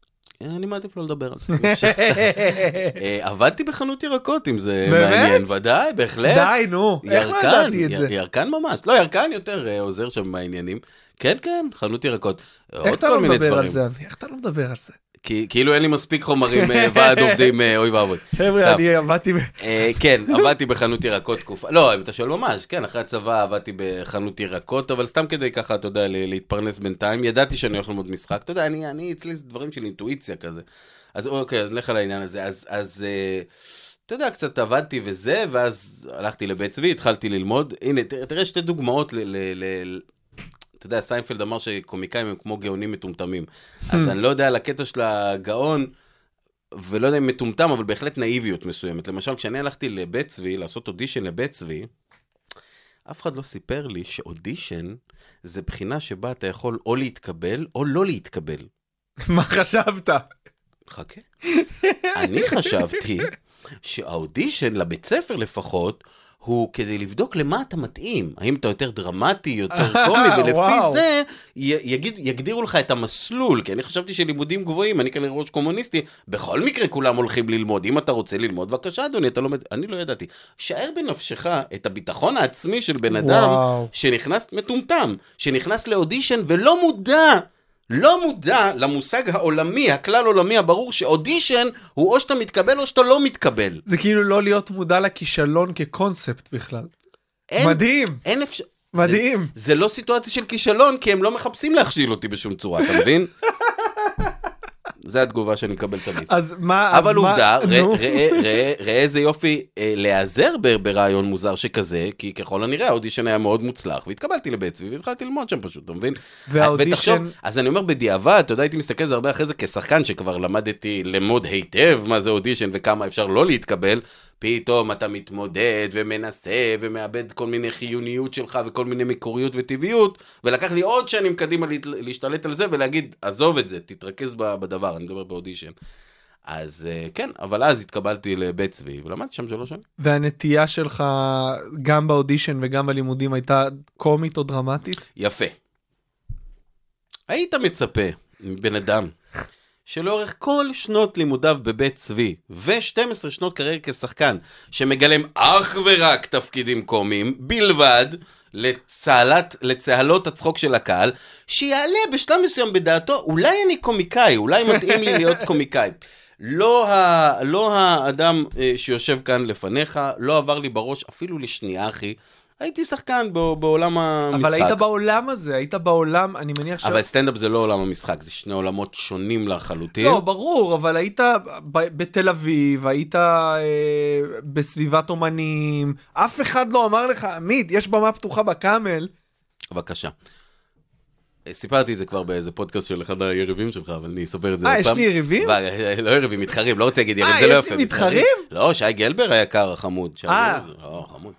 אני מעדיף לא לדבר על זה. עבדתי בחנות ירקות, אם זה מעניין. ודאי, בהחלט. די, נו. איך לא ידעתי את זה? ירקן ממש. לא, ירקן יותר עוזר שם מהעניינים. כן, כן, חנות ירקות. איך אתה לא מדבר על זה, אבי? איך אתה לא מדבר על זה? כי כאילו אין לי מספיק חומרים ועד עובדים, אוי ואבוי. חבר'ה, אני עבדתי... כן, עבדתי בחנות ירקות תקופה. לא, אם אתה שואל ממש, כן, אחרי הצבא עבדתי בחנות ירקות, אבל סתם כדי ככה, אתה יודע, להתפרנס בינתיים. ידעתי שאני הולך ללמוד משחק. אתה יודע, אני אצלי זה דברים של אינטואיציה כזה. אז אוקיי, אז נלך על העניין הזה. אז, אתה יודע, קצת עבדתי וזה, ואז הלכתי לבית צבי, התחלתי ללמוד. הנה, תראה שתי דוגמאות ל... אתה יודע, סיינפלד אמר שקומיקאים הם כמו גאונים מטומטמים. אז אני לא יודע על הקטע של הגאון, ולא יודע אם מטומטם, אבל בהחלט נאיביות מסוימת. למשל, כשאני הלכתי לבית צבי, לעשות אודישן לבית צבי, אף אחד לא סיפר לי שאודישן זה בחינה שבה אתה יכול או להתקבל, או לא להתקבל. מה חשבת? חכה. אני חשבתי שהאודישן לבית ספר לפחות, הוא כדי לבדוק למה אתה מתאים. האם אתה יותר דרמטי, יותר קומי, ולפי זה יגיד, יגדירו לך את המסלול, כי אני חשבתי שלימודים גבוהים, אני כאן ראש קומוניסטי, בכל מקרה כולם הולכים ללמוד. אם אתה רוצה ללמוד, בבקשה אדוני, אתה לא... אני לא ידעתי. שער בנפשך את הביטחון העצמי של בן אדם, וואו. שנכנס מטומטם, שנכנס לאודישן ולא מודע, לא מודע למושג העולמי, הכלל עולמי הברור, שאודישן הוא או שאתה מתקבל או שאתה לא מתקבל. זה כאילו לא להיות מודע לכישלון כקונספט בכלל. אין, מדהים. אין אפשר... מדהים. זה, זה לא סיטואציה של כישלון, כי הם לא מחפשים להכשיל אותי בשום צורה, אתה מבין? זה התגובה שאני מקבל תמיד. אז מה... אבל אז עובדה, מה... ראה, ראה, ראה, ראה איזה יופי אה, להיעזר ברעיון מוזר שכזה, כי ככל הנראה האודישן היה מאוד מוצלח, והתקבלתי לבית צבי, והתחלתי ללמוד שם פשוט, אתה מבין? והאודישן... ותחשוב, אז אני אומר בדיעבד, אתה יודע, הייתי מסתכל זה הרבה אחרי זה כשחקן, שכבר למדתי למוד היטב מה זה אודישן, וכמה אפשר לא להתקבל, פתאום אתה מתמודד ומנסה ומאבד כל מיני חיוניות שלך וכל מיני מקוריות וטבעיות, ולקח לי עוד שנים קדימה להשתלט על זה ולהגיד, עזוב את זה, תתרכז בדבר, אני מדבר באודישן. אז כן, אבל אז התקבלתי לבית צבי, ולמדתי שם שלוש שנים. והנטייה שלך גם באודישן וגם בלימודים הייתה קומית או דרמטית? יפה. היית מצפה מבן אדם שלאורך כל שנות לימודיו בבית צבי, ו-שתים עשרה שנות קריירה כשחקן, שמגלם אך ורק תפקידים קומיים, בלבד, לצהלת, לצהלות הצחוק של הקהל, שיעלה בשלב מסוים בדעתו, אולי אני קומיקאי, אולי מתאים לי להיות קומיקאי. לא, ה, לא האדם שיושב כאן לפניך, לא עבר לי בראש אפילו לשנייה, אחי, הייתי שחקן בעולם המשחק. אבל היית בעולם הזה, היית בעולם, אני מניח ש... אבל סטנדאפ זה לא עולם המשחק, זה שני עולמות שונים לחלוטין. לא, ברור, אבל היית בתל אביב, היית אה, בסביבת אומנים, אף אחד לא אמר לך, עמית, יש במה פתוחה בקאמל. בבקשה. סיפרתי את זה כבר באיזה פודקאסט של אחד היריבים שלך, אבל אני אספר את זה. אה, יש לי יריבים? לא יריבים, מתחרים, לא רוצה להגיד יריב, זה לא יפה. אה, יש לי מתחרים? לא, שי גלבר היקר, החמוד. אה. לא, חמוד.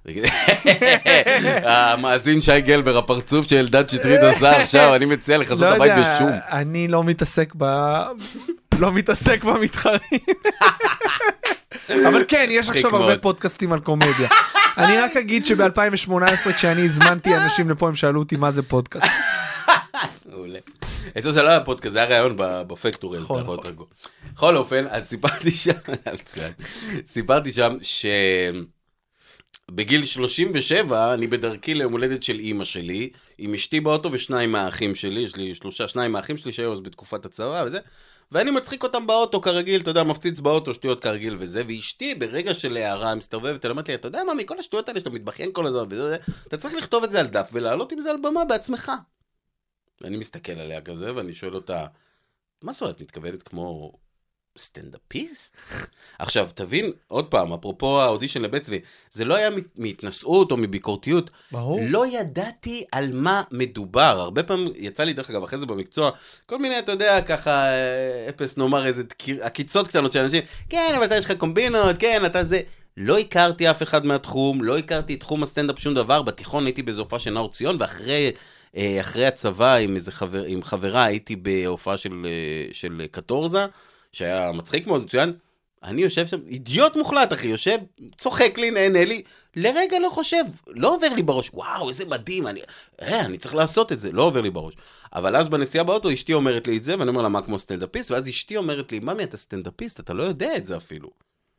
המאזין שי גלבר, הפרצוף של אלדד שטרית עושה עכשיו, אני מציע לחזות הבית בשום. אני לא מתעסק ב... לא מתעסק במתחרים. אבל כן, יש עכשיו הרבה פודקאסטים על קומדיה. אני רק אגיד שב-אלפיים שמונה עשרה כשאני הזמנתי אנשים לפה, הם שאלו אותי מה זה פודקאסט. מעולה. אצלו זה לא היה פודקאסט, זה היה רעיון בפקטורי, אז אתה יכול להיות רגוע. בכל אופן, אז סיפרתי שם, סיפרתי שם ש... בגיל שלושים ושבע, אני בדרכי ליום הולדת של אמא שלי, עם אשתי באוטו ושניים מהאחים שלי, יש לי שלושה, שניים מהאחים שלי שהיו אז בתקופת הצבא וזה, ואני מצחיק אותם באוטו כרגיל, אתה יודע, מפציץ באוטו, שטויות כרגיל וזה, ואשתי ברגע של הערה מסתובבת, אמרת לי, אתה יודע מה, מכל השטויות האלה שאתה מתבכיין כל הזמן וזה, אתה צריך לכתוב את זה על דף ולעלות עם זה על במה בעצמך. ואני מסתכל עליה כזה, ואני שואל אותה, מה זאת אומרת, מתכוונת כמו... סטנדאפיסט? עכשיו, תבין, עוד פעם, אפרופו האודישן לבית צבי, זה לא היה מהתנסות או מביקורתיות. ברור. לא ידעתי על מה מדובר. הרבה פעמים יצא לי, דרך אגב, אחרי זה במקצוע, כל מיני, אתה יודע, ככה, אפס נאמר איזה עקיצות קטנות של אנשים, כן, אבל אתה יש לך קומבינות, כן, אתה זה... לא הכרתי אף אחד מהתחום, לא הכרתי את תחום הסטנדאפ שום דבר, בתיכון הייתי באיזו הופעה של נאור ציון, ואחרי אחרי הצבא עם, איזה חבר, עם חברה הייתי בהופעה של, של קטורזה, שהיה מצחיק מאוד מצוין, אני יושב שם, אידיוט מוחלט, אחי, יושב, צוחק לי, נהנה לי, לרגע לא חושב, לא עובר לי בראש, וואו, איזה מדהים, אני, אה, אני צריך לעשות את זה, לא עובר לי בראש. אבל אז בנסיעה באוטו, אשתי אומרת לי את זה, ואני אומר לה, מה כמו סטנדאפיסט? ואז אשתי אומרת לי, ממי, אתה סטנדאפיסט, אתה לא יודע את זה אפילו.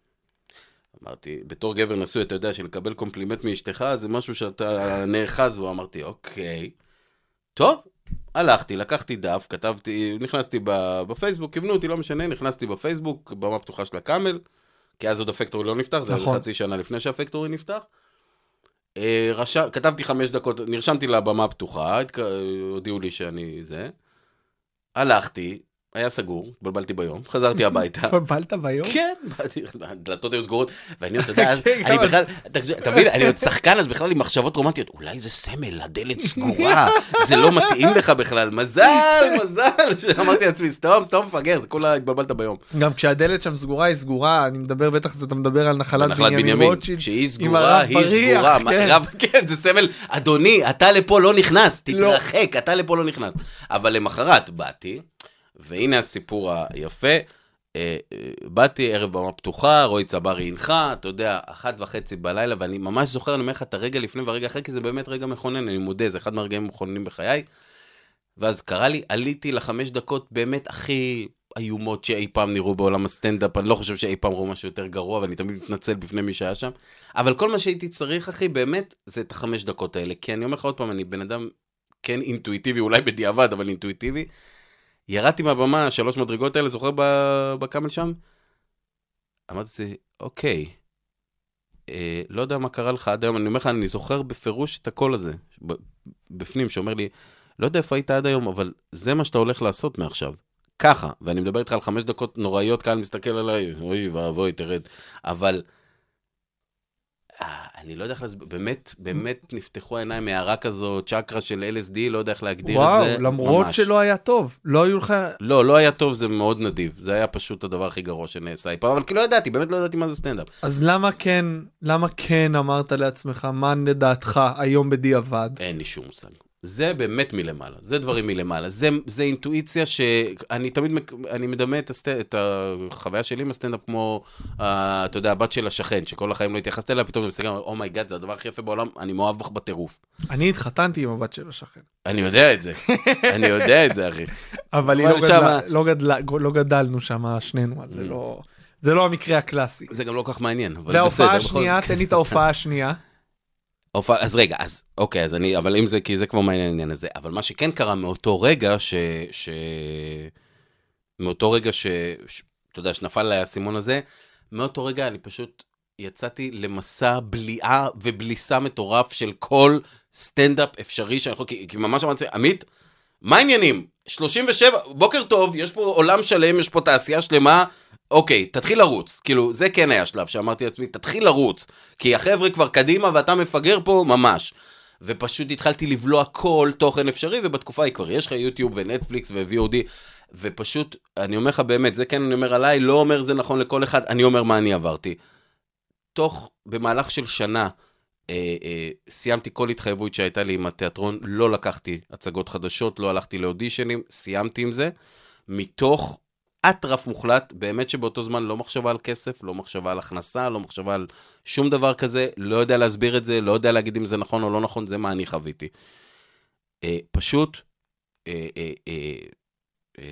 אמרתי, בתור גבר נשוי, אתה יודע שלקבל קומפלימנט מאשתך, זה משהו שאתה נאחז בו. אמרתי, אוקיי, טוב, הלכתי, לקחתי דף, כתבתי, נכנסתי בפייסבוק, כיוונו אותי, לא משנה, נכנסתי בפייסבוק, במה פתוחה של הקאמל, כי אז עוד הפקטורי לא נפתח, זה נכון. חצי שנה לפני שהפקטורי נפתח. רשע, כתבתי חמש דקות, נרשמתי לבמה פתוחה, הודיעו לי שאני זה, הלכתי, היה סגור, בלבלתי ביום, חזרתי הביתה. בלבלת ביום? כן, דלתות היו סגורות, ואני עוד, אתה יודע, אני בכלל, אתה מבין, אני עוד שחקן, אז בכלל עם מחשבות רומנטיות, אולי זה סמל, הדלת סגורה, זה לא מתאים לך בכלל, מזל, מזל, שאמרתי לעצמי, סתום, סתום מפגר, זה כולה התבלבלת ביום. גם כשהדלת שם סגורה, היא סגורה, אני מדבר, בטח אתה מדבר על נחלת בנימין רוטשילד. כשהיא סגורה, היא סגורה, כן, זה סמל, אדוני, אתה לפה לא נכנס, תתרחק, אתה לפה לא נכנס. אבל למחרת באתי, והנה הסיפור היפה, אה, באתי ערב במה פתוחה, רועי צברי הנחה, אתה יודע, אחת וחצי בלילה, ואני ממש זוכר, אני אומר לך את הרגע לפני והרגע אחרי, כי זה באמת רגע מכונן, אני מודה, זה אחד מהרגעים מכוננים בחיי, ואז קרה לי, עליתי לחמש דקות באמת הכי איומות שאי פעם נראו בעולם הסטנדאפ, אני לא חושב שאי פעם ראו משהו יותר גרוע, ואני תמיד מתנצל בפני מי שהיה שם, אבל כל מה שהייתי צריך, אחי, באמת, זה את החמש דקות האלה, כי אני אומר לך עוד פעם, אני בן אדם כן אינטואיטיבי, אולי בדיעבד, אבל אינטואיטיבי, ירדתי מהבמה, שלוש מדרגות האלה, זוכר בקאמל שם? אמרתי זה, אוקיי, אה, לא יודע מה קרה לך עד היום, אני אומר לך, אני זוכר בפירוש את הקול הזה, בפנים, שאומר לי, לא יודע איפה היית עד היום, אבל זה מה שאתה הולך לעשות מעכשיו. ככה, ואני מדבר איתך על חמש דקות נוראיות, קהל מסתכל עליי, אוי ואבוי, תרד. אבל, אני לא יודע איך להסביר, באמת, באמת נפתחו העיניים מהערה כזו, צ'קרה של אל אס די, לא יודע איך להגדיר את זה. וואו, למרות שלא היה טוב, לא היו לך... לא, לא היה טוב, זה מאוד נדיב, זה היה פשוט הדבר הכי גרוע שנעשה, אבל כי לא ידעתי, באמת לא ידעתי מה זה סטנדאפ. אז למה כן, למה כן אמרת לעצמך, מה לדעתך היום בדיעבד? אין לי שום מושג. זה באמת מלמעלה, זה דברים מלמעלה, זה, זה אינטואיציה שאני תמיד, אני מדמה את, הסט, את החוויה שלי עם הסטנדאפ כמו, uh, אתה יודע, הבת של השכן, שכל החיים לא התייחסת אליה, פתאום אני מסתכל, אומייגאד, זה הדבר הכי יפה בעולם, אני מאוהב בך בטירוף. אני התחתנתי עם הבת של השכן. אני יודע את זה, אני יודע את זה, אחי. אבל היא לא, גדלה, לא, גדלה, לא גדלנו שם שנינו, אז זה לא, זה לא המקרה הקלאסי. זה גם לא כך מעניין, אבל וההופעה השנייה, תן לי את ההופעה השנייה. אז רגע, אז אוקיי, אז אני, אבל אם זה, כי זה כבר מעניין העניין הזה, אבל מה שכן קרה מאותו רגע, ש, ש, מאותו רגע ש, ש, אתה יודע, שנפל עליי הסימון הזה, מאותו רגע אני פשוט יצאתי למסע בליעה ובליסה מטורף של כל סטנדאפ אפשרי, שאני יכול, כי, כי ממש אמרתי, עמית, מה העניינים? שלושים ושבע, בוקר טוב, יש פה עולם שלם, יש פה תעשייה שלמה, אוקיי, תתחיל לרוץ, כאילו, זה כן היה שלב שאמרתי לעצמי, תתחיל לרוץ, כי החבר'ה כבר קדימה ואתה מפגר פה ממש, ופשוט התחלתי לבלוע כל תוכן אפשרי, ובתקופה היא כבר, יש לך יוטיוב ונטפליקס ו-וי או די, ופשוט, אני אומר לך באמת, זה כן אני אומר עליי, לא אומר זה נכון לכל אחד, אני אומר מה אני עברתי. תוך, במהלך של שנה, אה, אה, סיימתי כל התחייבות שהייתה לי עם התיאטרון, לא לקחתי הצגות חדשות, לא הלכתי לאודישנים, סיימתי עם זה, מתוך אטרף מוחלט, באמת שבאותו זמן לא מחשבה על כסף, לא מחשבה על הכנסה, לא מחשבה על שום דבר כזה, לא יודע להסביר את זה, לא יודע להגיד אם זה נכון או לא נכון, זה מה אני חוויתי. אה, פשוט, אה, אה, אה, אה,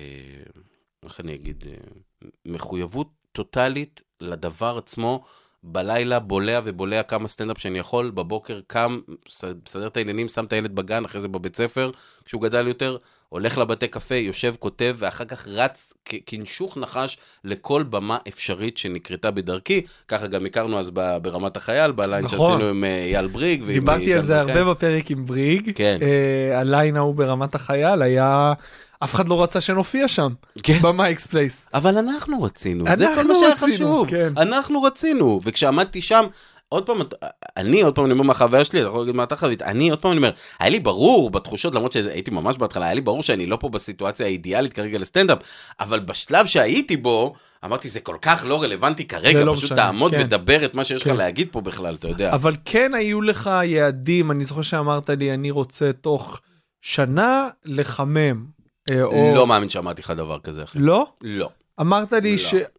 איך אני אגיד, אה, מחויבות טוטלית לדבר עצמו, בלילה בולע ובולע כמה סטנדאפ שאני יכול, בבוקר קם, מסדר את העניינים, שם את הילד בגן, אחרי זה בבית ספר, כשהוא גדל יותר, הולך לבתי קפה, יושב, כותב, ואחר כך רץ כנשוך נחש לכל במה אפשרית שנקרתה בדרכי, ככה גם הכרנו אז ברמת החייל, בליין נכון. שעשינו עם אייל בריג. דיברתי על זה הרבה בפרק עם בריג, כן. uh, הליין ההוא ברמת החייל היה... אף אחד לא רצה שנופיע שם, כן. במייקס פלייס. אבל אנחנו רצינו, אנחנו זה כל מה שהיה חשוב. כן. אנחנו רצינו, וכשעמדתי שם, עוד פעם, אני עוד פעם אני אומר מהחוויה שלי, אתה יכול להגיד מה אתה חווית, אני עוד פעם אני אומר, היה לי ברור בתחושות, למרות שהייתי ממש בהתחלה, היה לי ברור שאני לא פה בסיטואציה האידיאלית כרגע לסטנדאפ, אבל בשלב שהייתי בו, אמרתי, זה כל כך לא רלוונטי כרגע, לא פשוט משנה. תעמוד כן. ודבר את מה שיש כן. לך להגיד פה בכלל, אתה יודע. אבל כן היו לך יעדים, אני זוכר שאמרת לי, אני רוצה תוך שנה לחמם. או... לא מאמין שאמרתי לך דבר כזה אחרי. לא? לא. אמרת לי לא. ש...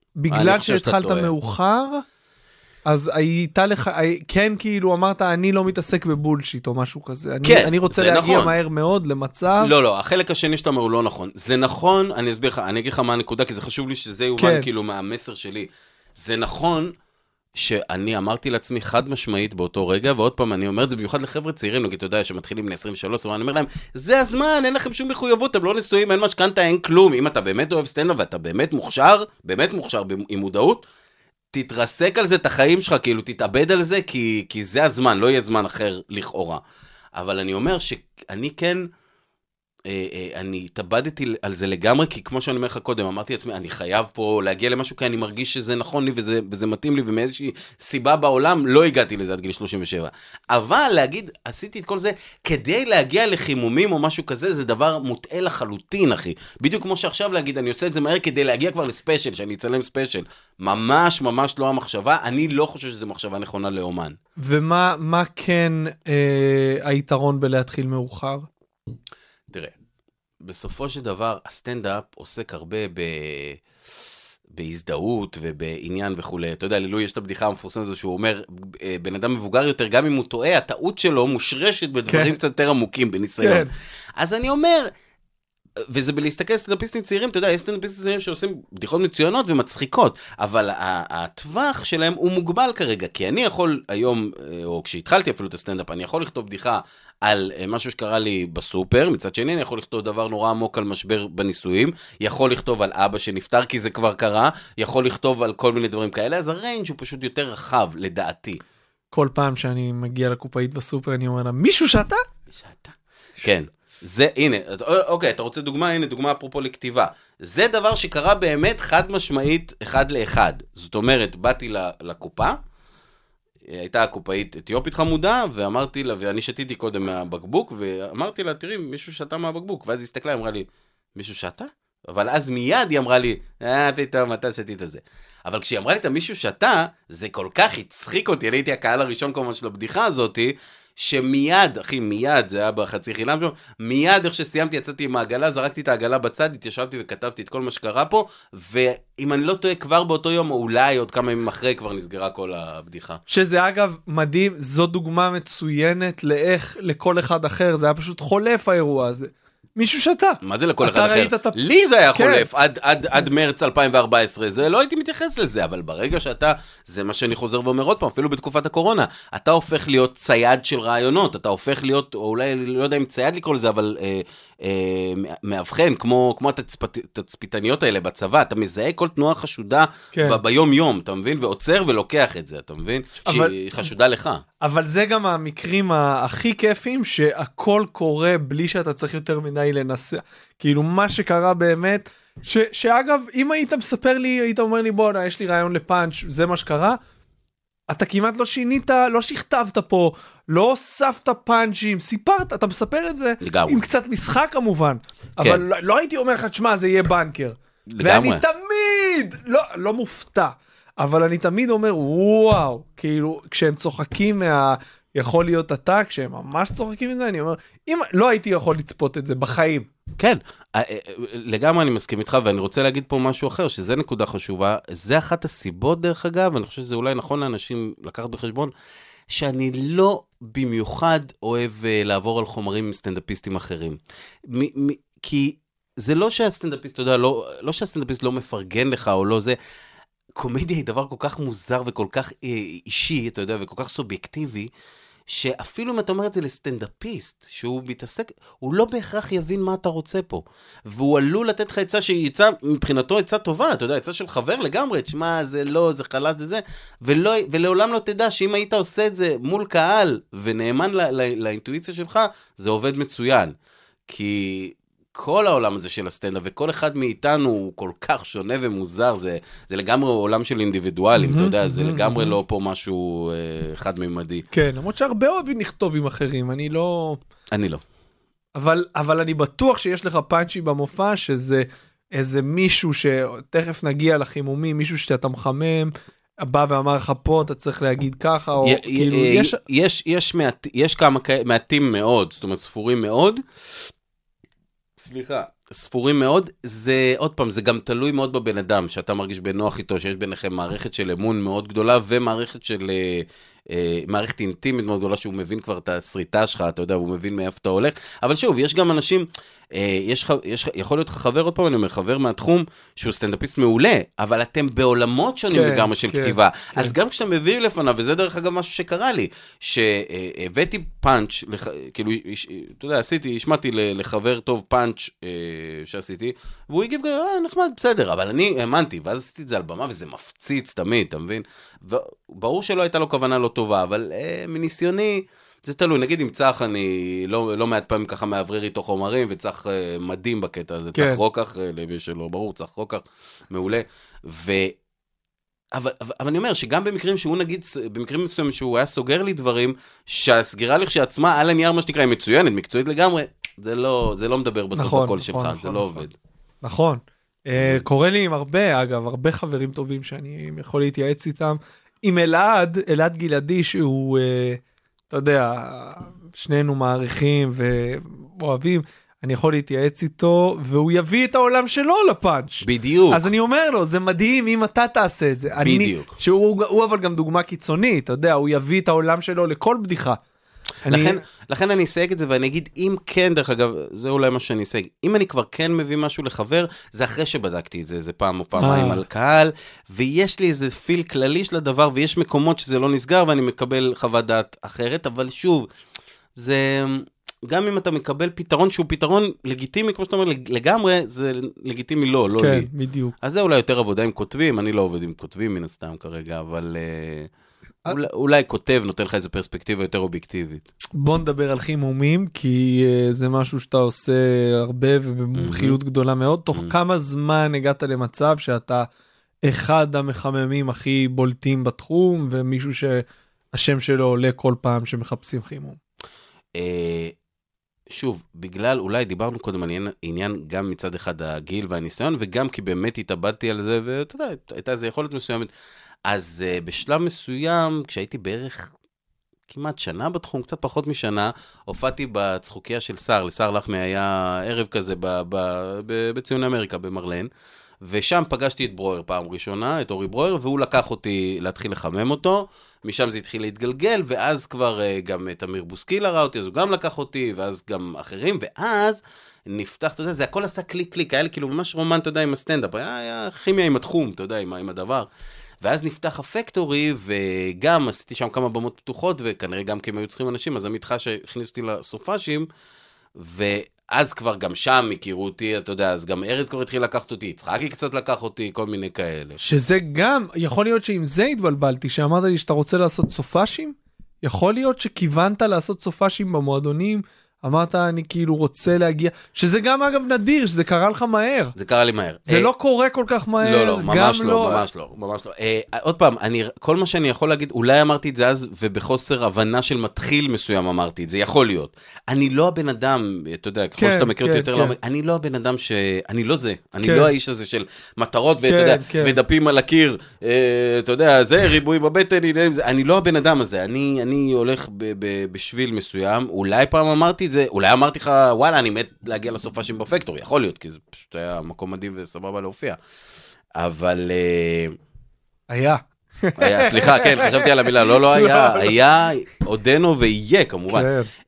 בגלל שהתחלת מאוחר, אז הייתה לך, כן כאילו אמרת, אני לא מתעסק בבולשיט או משהו כזה. כן, אני, אני רוצה להגיע נכון. מהר מאוד למצב. לא, לא, החלק השני שאתה אומר הוא לא נכון. זה נכון, אני אסביר לך, אני אגיד לך מה הנקודה, כי זה חשוב לי שזה יובן כן. כאילו מהמסר שלי. זה נכון שאני אמרתי לעצמי חד משמעית באותו רגע, ועוד פעם אני אומר את זה במיוחד לחבר'ה צעירים, נגיד, אתה יודע, שמתחילים ל-עשרים ושלוש, ואני אומר להם, זה הזמן, אין לכם שום מחויבות, אתם לא נשואים, אין משכנתה, אין כלום. אם אתה באמת אוהב סטנדאפ ואתה באמת מוכשר, באמת מוכשר עם מודעות, תתרסק על זה את החיים שלך, כאילו תתאבד על זה, כי, כי זה הזמן, לא יהיה זמן אחר לכאורה. אבל אני אומר שאני כן, אה, אה, אני התאבדתי על זה לגמרי, כי כמו שאני אומר לך קודם, אמרתי לעצמי, אני חייב פה להגיע למשהו, כי אני מרגיש שזה נכון לי וזה, וזה מתאים לי, ומאיזושהי סיבה בעולם לא הגעתי לזה עד גיל שלושים ושבע. אבל להגיד, עשיתי את כל זה, כדי להגיע לחימומים או משהו כזה, זה דבר מוטעה לחלוטין, אחי. בדיוק כמו שעכשיו להגיד, אני יוצא את זה מהר כדי להגיע כבר לספיישל, שאני אצלם ספיישל. ממש ממש לא המחשבה, אני לא חושב שזו מחשבה נכונה לאומן. ומה מה כן אה, היתרון בלהתחיל מאוחר? תראה, בסופו של דבר, הסטנדאפ עוסק הרבה ב... בהזדהות ובעניין וכו'. אתה יודע, ללוי יש את הבדיחה המפורסמת הזו שהוא אומר, בן אדם מבוגר יותר, גם אם הוא טועה, הטעות שלו מושרשת בדברים כן. קצת יותר עמוקים בניסיון. כן. אז אני אומר, וזה בלהסתכל על סטנדאפיסטים צעירים, אתה יודע, יש סטנדאפיסטים צעירים שעושים בדיחות מצוינות ומצחיקות, אבל הטווח שלהם הוא מוגבל כרגע, כי אני יכול היום, או כשהתחלתי אפילו את הסטנדאפ, אני יכול לכתוב בדיחה על משהו שקרה לי בסופר, מצד שני אני יכול לכתוב דבר נורא עמוק על משבר בנישואים, יכול לכתוב על אבא שנפטר כי זה כבר קרה, יכול לכתוב על כל מיני דברים כאלה, אז הריינג' הוא פשוט יותר רחב, לדעתי. כל פעם שאני מגיע לקופאית בסופר, אני אומר לה, מישהו שאתה? שאתה. כן. זה, הנה, אוקיי, אתה רוצה דוגמה? הנה, דוגמה אפרופו לכתיבה. זה דבר שקרה באמת חד משמעית אחד לאחד. זאת אומרת, באתי לקופה, הייתה הקופאית אתיופית חמודה, ואמרתי לה, ואני שתיתי קודם מהבקבוק, ואמרתי לה, תראי, מישהו שתה מהבקבוק, ואז היא הסתכלה, אמרה לי, מישהו שתה? אבל אז מיד היא אמרה לי, אה, פתאום, אתה שתית את זה. אבל כשהיא אמרה לי את מישהו שתה, זה כל כך הצחיק אותי, אני הייתי הקהל הראשון כמובן של הבדיחה הזאת, שמיד, אחי, מיד, זה היה בחצי חילם שם, מיד איך שסיימתי, יצאתי עם העגלה, זרקתי את העגלה בצד, התיישבתי וכתבתי את כל מה שקרה פה, ואם אני לא טועה, כבר באותו יום, או אולי עוד כמה ימים אחרי, כבר נסגרה כל הבדיחה. שזה אגב מדהים, זו דוגמה מצוינת לאיך לכל אחד אחר, זה היה פשוט חולף האירוע הזה. מישהו שתה. מה זה לכל אחד אחר? את... לי זה היה כן. חולף עד, עד, עד מרץ אלפיים וארבע עשרה, זה לא הייתי מתייחס לזה, אבל ברגע שאתה, זה מה שאני חוזר ואומר עוד פעם, אפילו בתקופת הקורונה, אתה הופך להיות צייד של רעיונות, אתה הופך להיות, או אולי לא יודע אם צייד לקרוא לזה, אבל אה, אה, מאבחן, כמו, כמו התצפת, התצפיתניות האלה בצבא, אתה מזהה כל תנועה חשודה כן. ב, ביום יום, אתה מבין? ועוצר ולוקח את זה, אתה מבין? אבל... שהיא חשודה לך. אבל זה גם המקרים הכי כיפים, שהכל קורה בלי שאתה צריך יותר מדי לנסה. כאילו מה שקרה באמת, ש, שאגב, אם היית מספר לי, היית אומר לי, בוא, יש לי רעיון לפאנץ', זה מה שקרה, אתה כמעט לא שינית, לא שכתבת פה, לא הוספת פאנצ'ים, סיפרת, אתה מספר את זה, לגמרי. עם קצת משחק כמובן, כן. אבל לא, לא הייתי אומר לך, תשמע, זה יהיה בנקר. לגמרי. ואני תמיד, לא, לא מופתע. אבל אני תמיד אומר, וואו, כאילו, כשהם צוחקים מה... יכול להיות אתה, כשהם ממש צוחקים מזה, אני אומר, אם לא הייתי יכול לצפות את זה בחיים. כן, לגמרי אני מסכים איתך, ואני רוצה להגיד פה משהו אחר, שזה נקודה חשובה, זה אחת הסיבות דרך אגב, אני חושב שזה אולי נכון לאנשים לקחת בחשבון, שאני לא במיוחד אוהב לעבור על חומרים עם סטנדאפיסטים אחרים. מ- מ- כי זה לא שהסטנדאפיסט, אתה יודע, לא, לא שהסטנדאפיסט לא מפרגן לך או לא זה, קומדיה היא דבר כל כך מוזר וכל כך אישי, אתה יודע, וכל כך סובייקטיבי, שאפילו אם אתה אומר את זה לסטנדאפיסט, שהוא מתעסק, הוא לא בהכרח יבין מה אתה רוצה פה. והוא עלול לתת לך עצה שהיא עצה, מבחינתו עצה טובה, אתה יודע, עצה של חבר לגמרי, תשמע, זה לא, זה חלש, זה זה, ולא, ולעולם לא תדע שאם היית עושה את זה מול קהל, ונאמן לא, לא, לאינטואיציה שלך, זה עובד מצוין. כי... כל העולם הזה של הסטנדאפ, וכל אחד מאיתנו הוא כל כך שונה ומוזר, זה, זה לגמרי עולם של אינדיבידואלים, אתה יודע, זה לגמרי לא פה משהו אה, חד-ממדי. כן, למרות שהרבה אוהבים לכתוב עם אחרים, אני לא... אני לא. אבל, אבל אני בטוח שיש לך פאנצ'י במופע, שזה איזה מישהו שתכף נגיע לחימומים, מישהו שאתה מחמם, בא ואמר לך פה, אתה צריך להגיד ככה, או כאילו, יש... יש, יש, מעט, יש כמה מעטים מאוד, זאת אומרת, ספורים מאוד, סליחה, ספורים מאוד, זה, עוד פעם, זה גם תלוי מאוד בבן אדם, שאתה מרגיש בנוח איתו, שיש ביניכם מערכת של אמון מאוד גדולה, ומערכת של, אה, מערכת אינטימית מאוד גדולה, שהוא מבין כבר את הסריטה שלך, אתה יודע, הוא מבין מאיפה אתה הולך, אבל שוב, יש גם אנשים, אה, יש, יש, יכול להיות חבר, עוד פעם אני אומר, חבר מהתחום, שהוא סטנדאפיסט מעולה, אבל אתם בעולמות שונים כן, לגמרי של כן, כתיבה, כן. אז גם כשאתה מביא לפניו, וזה דרך אגב משהו שקרה לי, שהבאתי פאנץ', לח, כאילו, אתה יודע, עשיתי, השמעתי לחבר טוב פאנץ' שעשיתי, והוא הגיב, אה, נחמד, בסדר, אבל אני האמנתי, ואז עשיתי את זה על במה, וזה מפציץ תמיד, אתה מבין? וברור שלא הייתה לו כוונה לא טובה, אבל אה, מניסיוני, זה תלוי, נגיד עם צח, אני לא, לא מעט פעמים ככה מעברר איתו חומרים, וצח אה, מדהים בקטע הזה, כן. צח רוקח, אה, למי שלא ברור, צח רוקח, מעולה, ו... אבל, אבל, אבל אני אומר שגם במקרים שהוא נגיד, במקרים מסוימים שהוא היה סוגר לי דברים, שהסגירה לכשעצמה על הנייר מה שנקרא, היא מצוינת, מקצועית לגמרי, זה לא, זה לא מדבר בסוף נכון, בקול שלך, נכון, זה נכון, לא נכון. עובד. נכון. אה, קורה לי עם הרבה, אגב, הרבה חברים טובים שאני יכול להתייעץ איתם, עם אלעד, אלעד גלעדי, שהוא, אה, אתה יודע, שנינו מעריכים ואוהבים, אני יכול להתייעץ איתו, והוא יביא את העולם שלו לפאנץ'. בדיוק. אז אני אומר לו, זה מדהים אם אתה תעשה את זה. בדיוק. אני, שהוא הוא אבל גם דוגמה קיצונית, אתה יודע, הוא יביא את העולם שלו לכל בדיחה. לכן, אני... לכן אני אסייג את זה, ואני אגיד, אם כן, דרך אגב, זה אולי מה שאני אסייג, אם אני כבר כן מביא משהו לחבר, זה אחרי שבדקתי את זה, זה פעם או פעמיים על קהל, ויש לי איזה פיל כללי של הדבר, ויש מקומות שזה לא נסגר, ואני מקבל חוות דעת אחרת, אבל שוב, זה... גם אם אתה מקבל פתרון שהוא פתרון לגיטימי, כמו שאתה אומר, לגמרי, זה לגיטימי לא, לא כן, לי. כן, בדיוק. אז זה אולי יותר עבודה עם כותבים, אני לא עובד עם כותבים מן הסתם כרגע, אבל uh, אולי, אולי כותב נותן לך איזו פרספקטיבה יותר אובייקטיבית. בוא נדבר על חימומים, כי uh, זה משהו שאתה עושה הרבה ובמומחיות mm-hmm. גדולה מאוד. תוך mm-hmm. כמה זמן הגעת למצב שאתה אחד המחממים הכי בולטים בתחום, ומישהו שהשם שלו עולה כל פעם שמחפשים חימום? Uh, שוב, בגלל, אולי דיברנו קודם על עניין גם מצד אחד הגיל והניסיון, וגם כי באמת התאבדתי על זה, ואתה יודע, הייתה איזו יכולת מסוימת. אז uh, בשלב מסוים, כשהייתי בערך כמעט שנה בתחום, קצת פחות משנה, הופעתי בצחוקיה של שר, לשר לחמי היה ערב כזה ב- ב- ב- בציון אמריקה, במרלן, ושם פגשתי את ברויר פעם ראשונה, את אורי ברויר, והוא לקח אותי להתחיל לחמם אותו, משם זה התחיל להתגלגל, ואז כבר uh, גם תמיר בוסקילה ראה אותי, אז הוא גם לקח אותי, ואז גם אחרים, ואז נפתח, אתה יודע, זה הכל עשה קליק קליק, היה לי כאילו ממש רומן, אתה יודע, עם הסטנדאפ, היה, היה כימיה עם התחום, אתה יודע, עם, עם הדבר, ואז נפתח הפקטורי, וגם עשיתי שם כמה במות פתוחות, וכנראה גם כי הם היו צריכים אנשים, אז המתחה שהכניס אותי לסופאשים, ואז כבר גם שם הכירו אותי, אתה יודע, אז גם ארץ כבר התחיל לקחת אותי, יצחקי קצת לקח אותי, כל מיני כאלה. שזה גם, יכול להיות שעם זה התבלבלתי, שאמרת לי שאתה רוצה לעשות סופאשים, יכול להיות שכיוונת לעשות סופאשים במועדונים, אמרת, אני כאילו רוצה להגיע, שזה גם אגב נדיר, שזה קרה לך מהר. זה קרה לי מהר. זה אה, לא קורה כל כך מהר. לא, לא, ממש לא, לא, ממש לא, ממש לא. אה, עוד פעם, אני, כל מה שאני יכול להגיד, אולי אמרתי את זה אז, ובחוסר הבנה של מתחיל מסוים אמרתי את זה, יכול להיות. אני לא הבן אדם, אתה יודע, ככל כן, שאתה מכיר כן, אותי יותר, כן. לא, אני לא הבן אדם ש... אני לא זה, אני כן. לא האיש הזה של מטרות, ואתה כן, יודע, כן. ודפים על הקיר, אה, אתה יודע, זה ריבוי בבטן, אני לא הבן אדם הזה, אני, אני הולך ב, ב, בשביל מסוים, אולי פעם אמרתי את זה, אולי אמרתי לך, וואלה, אני מת להגיע לסופאשים בפקטור, יכול להיות, כי זה פשוט היה מקום מדהים וסבבה להופיע. אבל... היה. היה, סליחה, כן, חשבתי על המילה, לא, לא היה, היה, עודנו ויהיה, כמובן.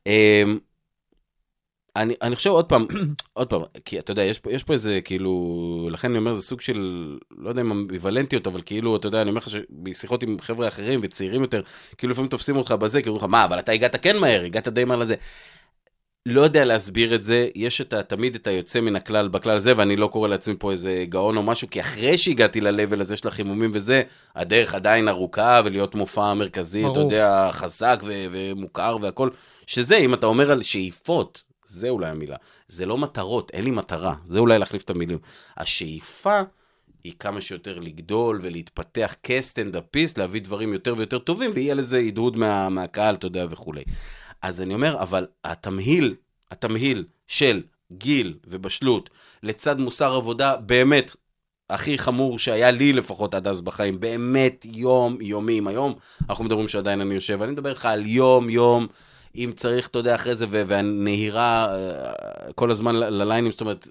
אני, אני חושב עוד פעם, עוד פעם, כי אתה יודע, יש פה, יש פה איזה, כאילו, לכן אני אומר, זה סוג של, לא יודע אם אמביוולנטיות, אבל כאילו, אתה יודע, אני אומר לך שבשיחות עם חבר'ה אחרים וצעירים יותר, כאילו לפעמים תופסים אותך בזה, כאילו לך, מה, אבל אתה הגעת כן מהר, הגעת די מהר לזה. לא יודע להסביר את זה, יש את, תמיד את היוצא מן הכלל בכלל הזה, ואני לא קורא לעצמי פה איזה גאון או משהו, כי אחרי שהגעתי ללבל הזה של החימומים וזה, הדרך עדיין ארוכה, ולהיות מופע מרכזי, אתה יודע, חזק ו- ומוכר והכל, שזה, אם אתה אומר על שאיפות, זה אולי המילה, זה לא מטרות, אין לי מטרה, זה אולי להחליף את המילים. השאיפה היא כמה שיותר לגדול ולהתפתח כסטנדאפיסט, להביא דברים יותר ויותר טובים, ויהיה לזה עידוד מה, מהקהל, אתה יודע, וכולי. אז אני אומר, אבל התמהיל, התמהיל של גיל ובשלות, לצד מוסר עבודה, באמת, הכי חמור שהיה לי לפחות עד אז בחיים, באמת יום, יומים, היום, אנחנו מדברים שעדיין אני יושב, אני מדבר לך על יום, יום, אם צריך, אתה יודע, אחרי זה, והנהירה, כל הזמן לליינים, זאת אומרת,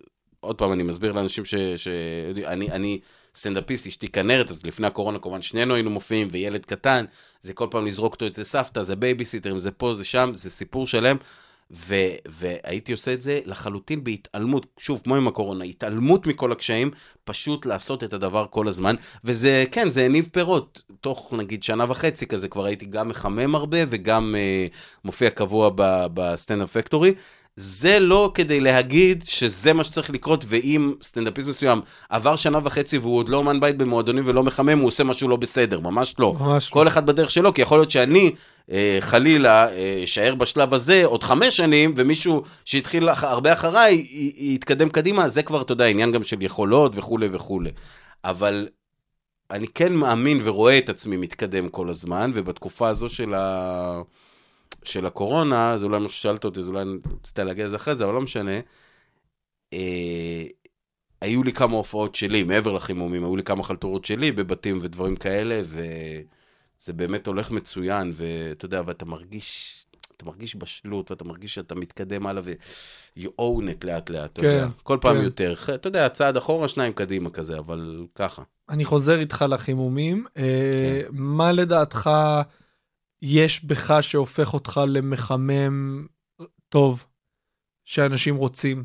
עוד פעם, אני מסביר לאנשים ש... ש... אני, אני סטנדאפיסט, אשתי כנרת, אז לפני הקורונה, כמובן, שנינו היינו מופיעים, וילד קטן, זה כל פעם לזרוק אותו אצל סבתא, זה בייביסיטר, זה פה, זה שם, זה סיפור שלם, ו... והייתי עושה את זה לחלוטין בהתעלמות, שוב, כמו עם הקורונה, התעלמות מכל הקשיים, פשוט לעשות את הדבר כל הזמן, וזה, כן, זה הניב פירות, תוך, נגיד, שנה וחצי כזה, כבר הייתי גם מחמם הרבה, וגם אה, מופיע קבוע בסטנדאפ פקטורי, זה לא כדי להגיד שזה מה שצריך לקרות, ואם סטנדאפיסט מסוים עבר שנה וחצי והוא עוד לא אומן בית במועדונים ולא מחמם, הוא עושה משהו לא בסדר, ממש לא. ממש כל לא. אחד בדרך שלו, כי יכול להיות שאני אה, חלילה אה, שער בשלב הזה עוד חמש שנים, ומישהו שהתחיל הרבה אחריי י- יתקדם קדימה, זה כבר, אתה יודע, עניין גם של יכולות וכו' וכו'. אבל אני כן מאמין ורואה את עצמי מתקדם כל הזמן, ובתקופה הזו של ה... של הקורונה, זה אולי מה ששאלת אותי, זה אולי נצטה להגיע לזה אחרי זה, אבל לא משנה, אה, היו לי כמה הופעות שלי, מעבר לחימומים, היו לי כמה חלטורות שלי בבתים ודברים כאלה, וזה באמת הולך מצוין, ואתה יודע, ואתה מרגיש, אתה מרגיש בשלות, ואתה מרגיש שאתה מתקדם הלאה, ו-you own it לאט לאט, אתה יודע, כל פעם יותר, אתה יודע, צעד אחורה, שניים קדימה כזה, אבל ככה. אני חוזר איתך לחימומים, מה לדעתך יש בך שהופך אותך למחמם טוב, שאנשים רוצים?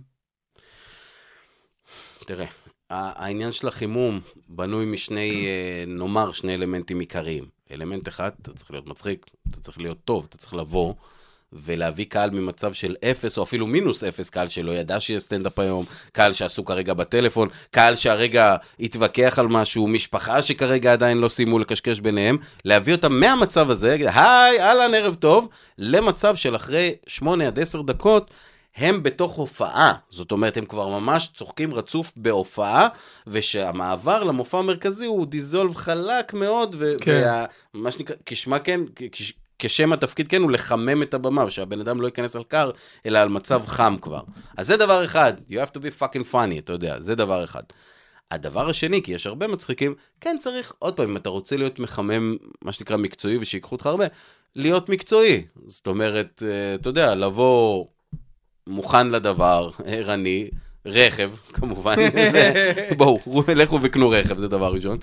תראה, העניין של החימום בנוי משני, נאמר, שני אלמנטים עיקריים. אלמנט אחד, אתה צריך להיות מצחיק, אתה צריך להיות טוב, אתה צריך לבוא ולהביא קהל ממצב של אפס, או אפילו מינוס אפס, קהל שלא ידע שיש סטנדאפ היום, קהל שעשו כרגע בטלפון, קהל שהרגע התווכח על משהו, משפחה שכרגע עדיין לא סיימו לקשקש ביניהם, להביא אותם מהמצב הזה, היי, אהלן, ערב טוב, למצב של אחרי שמונה עד עשר דקות, הם בתוך הופעה, זאת אומרת, הם כבר ממש צוחקים רצוף בהופעה, ושהמעבר למופע המרכזי הוא דיזולב חלק מאוד, ומה שנקרא, כשמה כן, כש... כשם התפקיד כן הוא לחמם את הבמה, ושהבן אדם לא ייכנס על קר, אלא על מצב חם כבר. אז זה דבר אחד, you have to be fucking funny, אתה יודע, זה דבר אחד. הדבר השני, כי יש הרבה מצחיקים, כן צריך, עוד פעם, אם אתה רוצה להיות מחמם, מה שנקרא מקצועי, ושיקחו אותך הרבה, להיות מקצועי. זאת אומרת, אתה יודע, לבוא מוכן לדבר, ערני, רכב, כמובן, בואו, לכו וקנו רכב, זה דבר ראשון.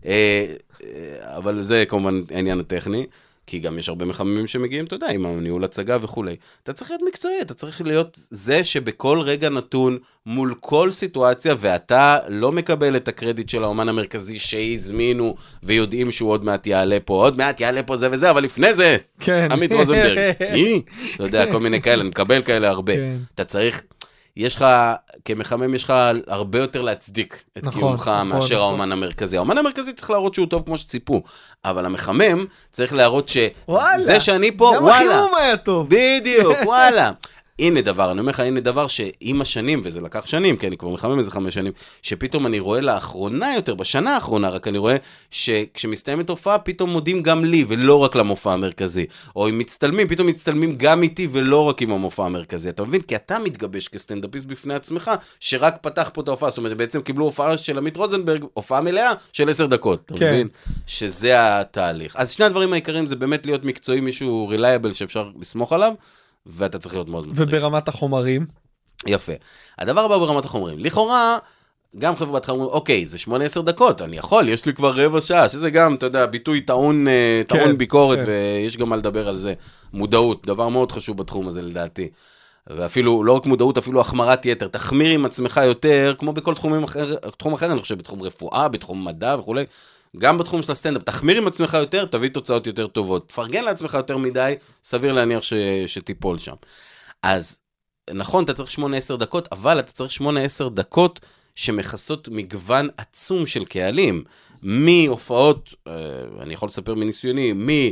אבל זה כמובן העניין הטכני. כי גם יש הרבה מחממים שמגיעים, אתה יודע, עם הניהול הצגה וכו'. אתה צריך להיות מקצועי, אתה צריך להיות זה שבכל רגע נתון, מול כל סיטואציה, ואתה לא מקבל את הקרדיט של האומן המרכזי שהזמינו, ויודעים שהוא עוד מעט יעלה פה, עוד מעט יעלה פה זה וזה, אבל לפני זה, כן. עמית רוזנברג, מי? אתה יודע, כל מיני כאלה, נקבל כאלה הרבה. כן. אתה צריך... יש לך, כמחמם יש לך הרבה יותר להצדיק את נכון, קיומך נכון, מאשר נכון. האומן המרכזי. האומן המרכזי צריך להראות שהוא טוב כמו שציפו, אבל המחמם צריך להראות שזה שאני פה, גם וואלה. גם החימום היה טוב. בדיוק, וואלה. הנה דבר, אני אומר לך, הנה דבר שעם השנים, וזה לקח שנים, כי אני כבר מחמם איזה חמש שנים, שפתאום אני רואה לאחרונה יותר, בשנה האחרונה רק אני רואה שכשמסתיימת הופעה, פתאום מודים גם לי, ולא רק למופע המרכזי. או אם מצטלמים, פתאום מצטלמים גם איתי, ולא רק עם המופע המרכזי. אתה מבין? כי אתה מתגבש כסטנדאפיסט בפני עצמך, שרק פתח פה את ההופעה. זאת אומרת, בעצם קיבלו הופעה של עמית רוזנברג, הופעה מלאה של עשר דקות. אתה כן. מבין? שזה התהליך. אז שני הדברים העיקריים זה באמת להיות מקצועי, מישהו reliable שאפשר לסמוך עליו, ואתה צריך להיות מאוד מצחיק. וברמת החומרים? יפה. הדבר הבא ברמת החומרים. לכאורה, גם חבר'ה בתך אומרים, אוקיי, זה שמונה עשר דקות, אני יכול, יש לי כבר רבע שעה, שזה גם, אתה יודע, ביטוי טעון, טעון כן, ביקורת, כן. ויש גם מה לדבר על זה. מודעות, דבר מאוד חשוב בתחום הזה לדעתי. ואפילו, לא רק מודעות, אפילו החמרת יתר. תחמיר עם עצמך יותר, כמו בכל תחומים אחר, תחום אחר, אני חושב, בתחום רפואה, בתחום מדע וכו'. גם בתחום של הסטנדאפ, תחמיר עם עצמך יותר, תביא תוצאות יותר טובות. תפרגן לעצמך יותר מדי, סביר להניח ש... שתיפול שם. אז נכון, אתה צריך שמונה עשר דקות, אבל אתה צריך שמונה עשר דקות שמחסות מגוון עצום של קהלים. מהופעות, אני יכול לספר מניסיוני,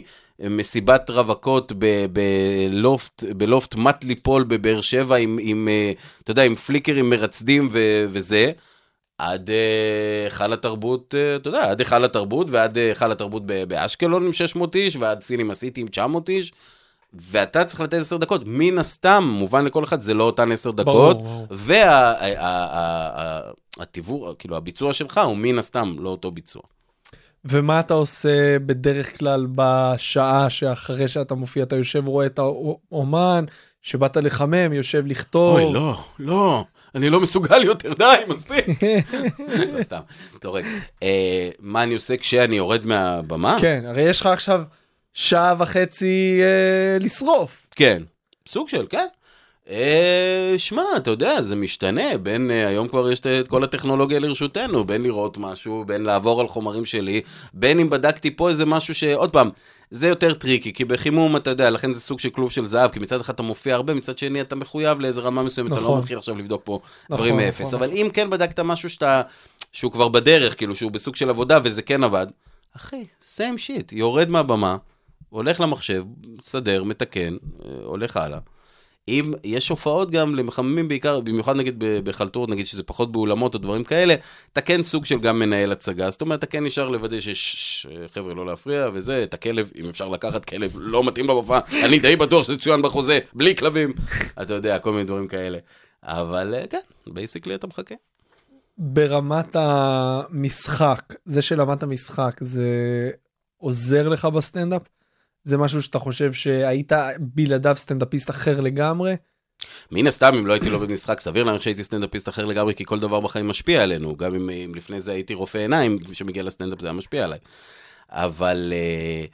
ממסיבת רווקות ב- בלופט, בלופט מת ליפול בבאר שבע, עם, עם, אתה יודע, עם פליקרים מרצדים ו- וזה, עד חל התרבות, אתה יודע, עד חל התרבות, ועד חל התרבות באשקלון עם שש מאות איש, ועד סינמה סיטי עם תשע מאות איש, ואתה צריך לתת עשר דקות, מן הסתם, מובן לכל אחד, זה לא אותן עשר דקות, והתיוור, כאילו, הביצוע שלך הוא מן הסתם לא אותו ביצוע. ומה אתה עושה בדרך כלל בשעה שאחרי שאתה מופיע, אתה יושב רואה את האומן, שבאת לחמם, יושב לכתוב? אוי, לא, לא. אני לא מסוגל יותר, די, מספיק. לא סתם, תורק. מה אני עושה כשאני יורד מהבמה? כן, הרי יש לך עכשיו שעה וחצי אה, לשרוף. כן, סוג של, כן. אה, שמה, אתה יודע, זה משתנה, בין, אה, היום כבר יש את כל הטכנולוגיה לרשותנו, בין לראות משהו, בין לעבור על חומרים שלי, בין אם בדקתי פה איזה משהו שעוד פעם, זה יותר טריקי, כי בחימום אתה יודע, לכן זה סוג של כלוב של זהב, כי מצד אחד אתה מופיע הרבה, מצד שני אתה מחויב לאיזה רמה מסוימת, נכון. אתה לא מתחיל עכשיו לבדוק פה נכון, דברים מאפס, נכון, אבל נכון. אם כן בדקת משהו שאתה, שהוא כבר בדרך, כאילו שהוא בסוג של עבודה, וזה כן עבד, אחי, same shit, יורד מהבמה, הולך למחשב, סדר, מתקן, הולך הלאה. אם יש הופעות גם למחממים בעיקר, במיוחד נגיד בחלטורות, נגיד שזה פחות באולמות או דברים כאלה, אתה כן סוג של גם מנהל הצגה, זאת אומרת, אתה כן נשאר לוודא שחבר'ה לא להפריע, וזה, את הכלב, אם אפשר לקחת כלב, לא מתאים במופע, אני די בטוח שזה ציון בחוזה, בלי כלבים, אתה יודע, כל מיני דברים כאלה. אבל כן, בייסיקלי אתה מחכה. ברמת המשחק, זה שלמדת המשחק, זה עוזר לך בסטנדאפ? זה משהו שאתה חושב שהיית בלעדיו סטנדאפיסט אחר לגמרי? מן הסתם, אם לא הייתי לא במשחק, סביר להניח שהייתי סטנדאפיסט אחר לגמרי, כי כל דבר בחיים משפיע עלינו. גם אם, אם לפני זה הייתי רופא עיניים, שמגיע לסטנדאפ זה היה משפיע עליי. אבל uh,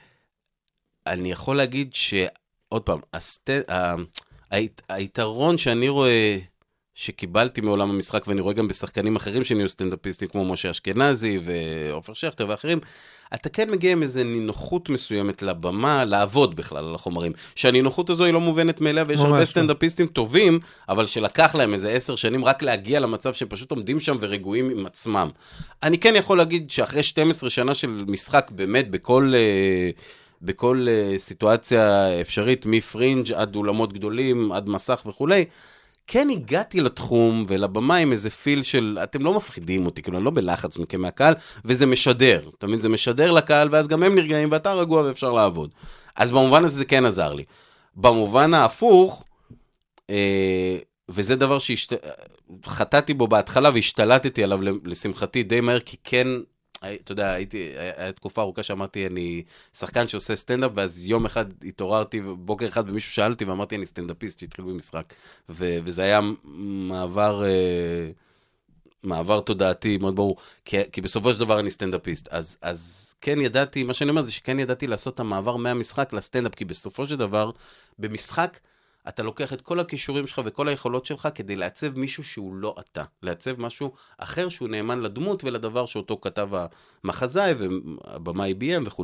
אני יכול להגיד שעוד פעם, הסט... ה... היית... היתרון שאני רואה שקיבלתי מעולם המשחק, ואני רואה גם בשחקנים אחרים שנהיו סטנדאפיסטים, כמו משה אשכנזי ועופר שכטר ואחרים, אתה כן מגיע עם איזו נינוחות מסוימת לבמה, לעבוד בכלל על החומרים. שהנינוחות הזו היא לא מובנת מאליה, ויש הרבה סטנדאפיסטים טובים, אבל שלקח להם איזה עשר שנים רק להגיע למצב שהם פשוט עומדים שם ורגועים עם עצמם. אני כן יכול להגיד שאחרי שתים עשרה שנה של משחק, באמת בכל, בכל סיטואציה אפשרית, מפרינג' עד אולמות גדולים, עד מסך וכולי, כן הגעתי לתחום ולבמה עם איזה פיל של, אתם לא מפחידים אותי, כאילו אני לא בלחץ מכם מהקהל, וזה משדר, תמיד זה משדר לקהל, ואז גם הם נרגעים, ואתה רגוע ואפשר לעבוד. אז במובן הזה זה כן עזר לי. במובן ההפוך, אה, וזה דבר שחטאתי בו בהתחלה, והשתלטתי עליו לשמחתי די מהר, כי כן, אתה יודע, הייתי, היה תקופה ארוכה שאמרתי, אני שחקן שעושה סטנדאפ, ואז יום אחד התעוררתי, בוקר אחד, ומישהו שאלתי, ואמרתי, אני סטנדאפיסט שהתחיל במשחק. ו- וזה היה מעבר, מעבר תודעתי, מאוד ברור, כי, כי בסופו של דבר אני סטנדאפיסט. אז, אז כן ידעתי, מה שאני אומר זה שכן ידעתי לעשות את המעבר מהמשחק לסטנדאפ, כי בסופו של דבר, במשחק, אתה לוקח את כל הכישורים שלך וכל היכולות שלך כדי לעצב מישהו שהוא לא אתה. לעצב משהו אחר שהוא נאמן לדמות ולדבר שאותו כתב המחזאי ובמאי ביים וכו'.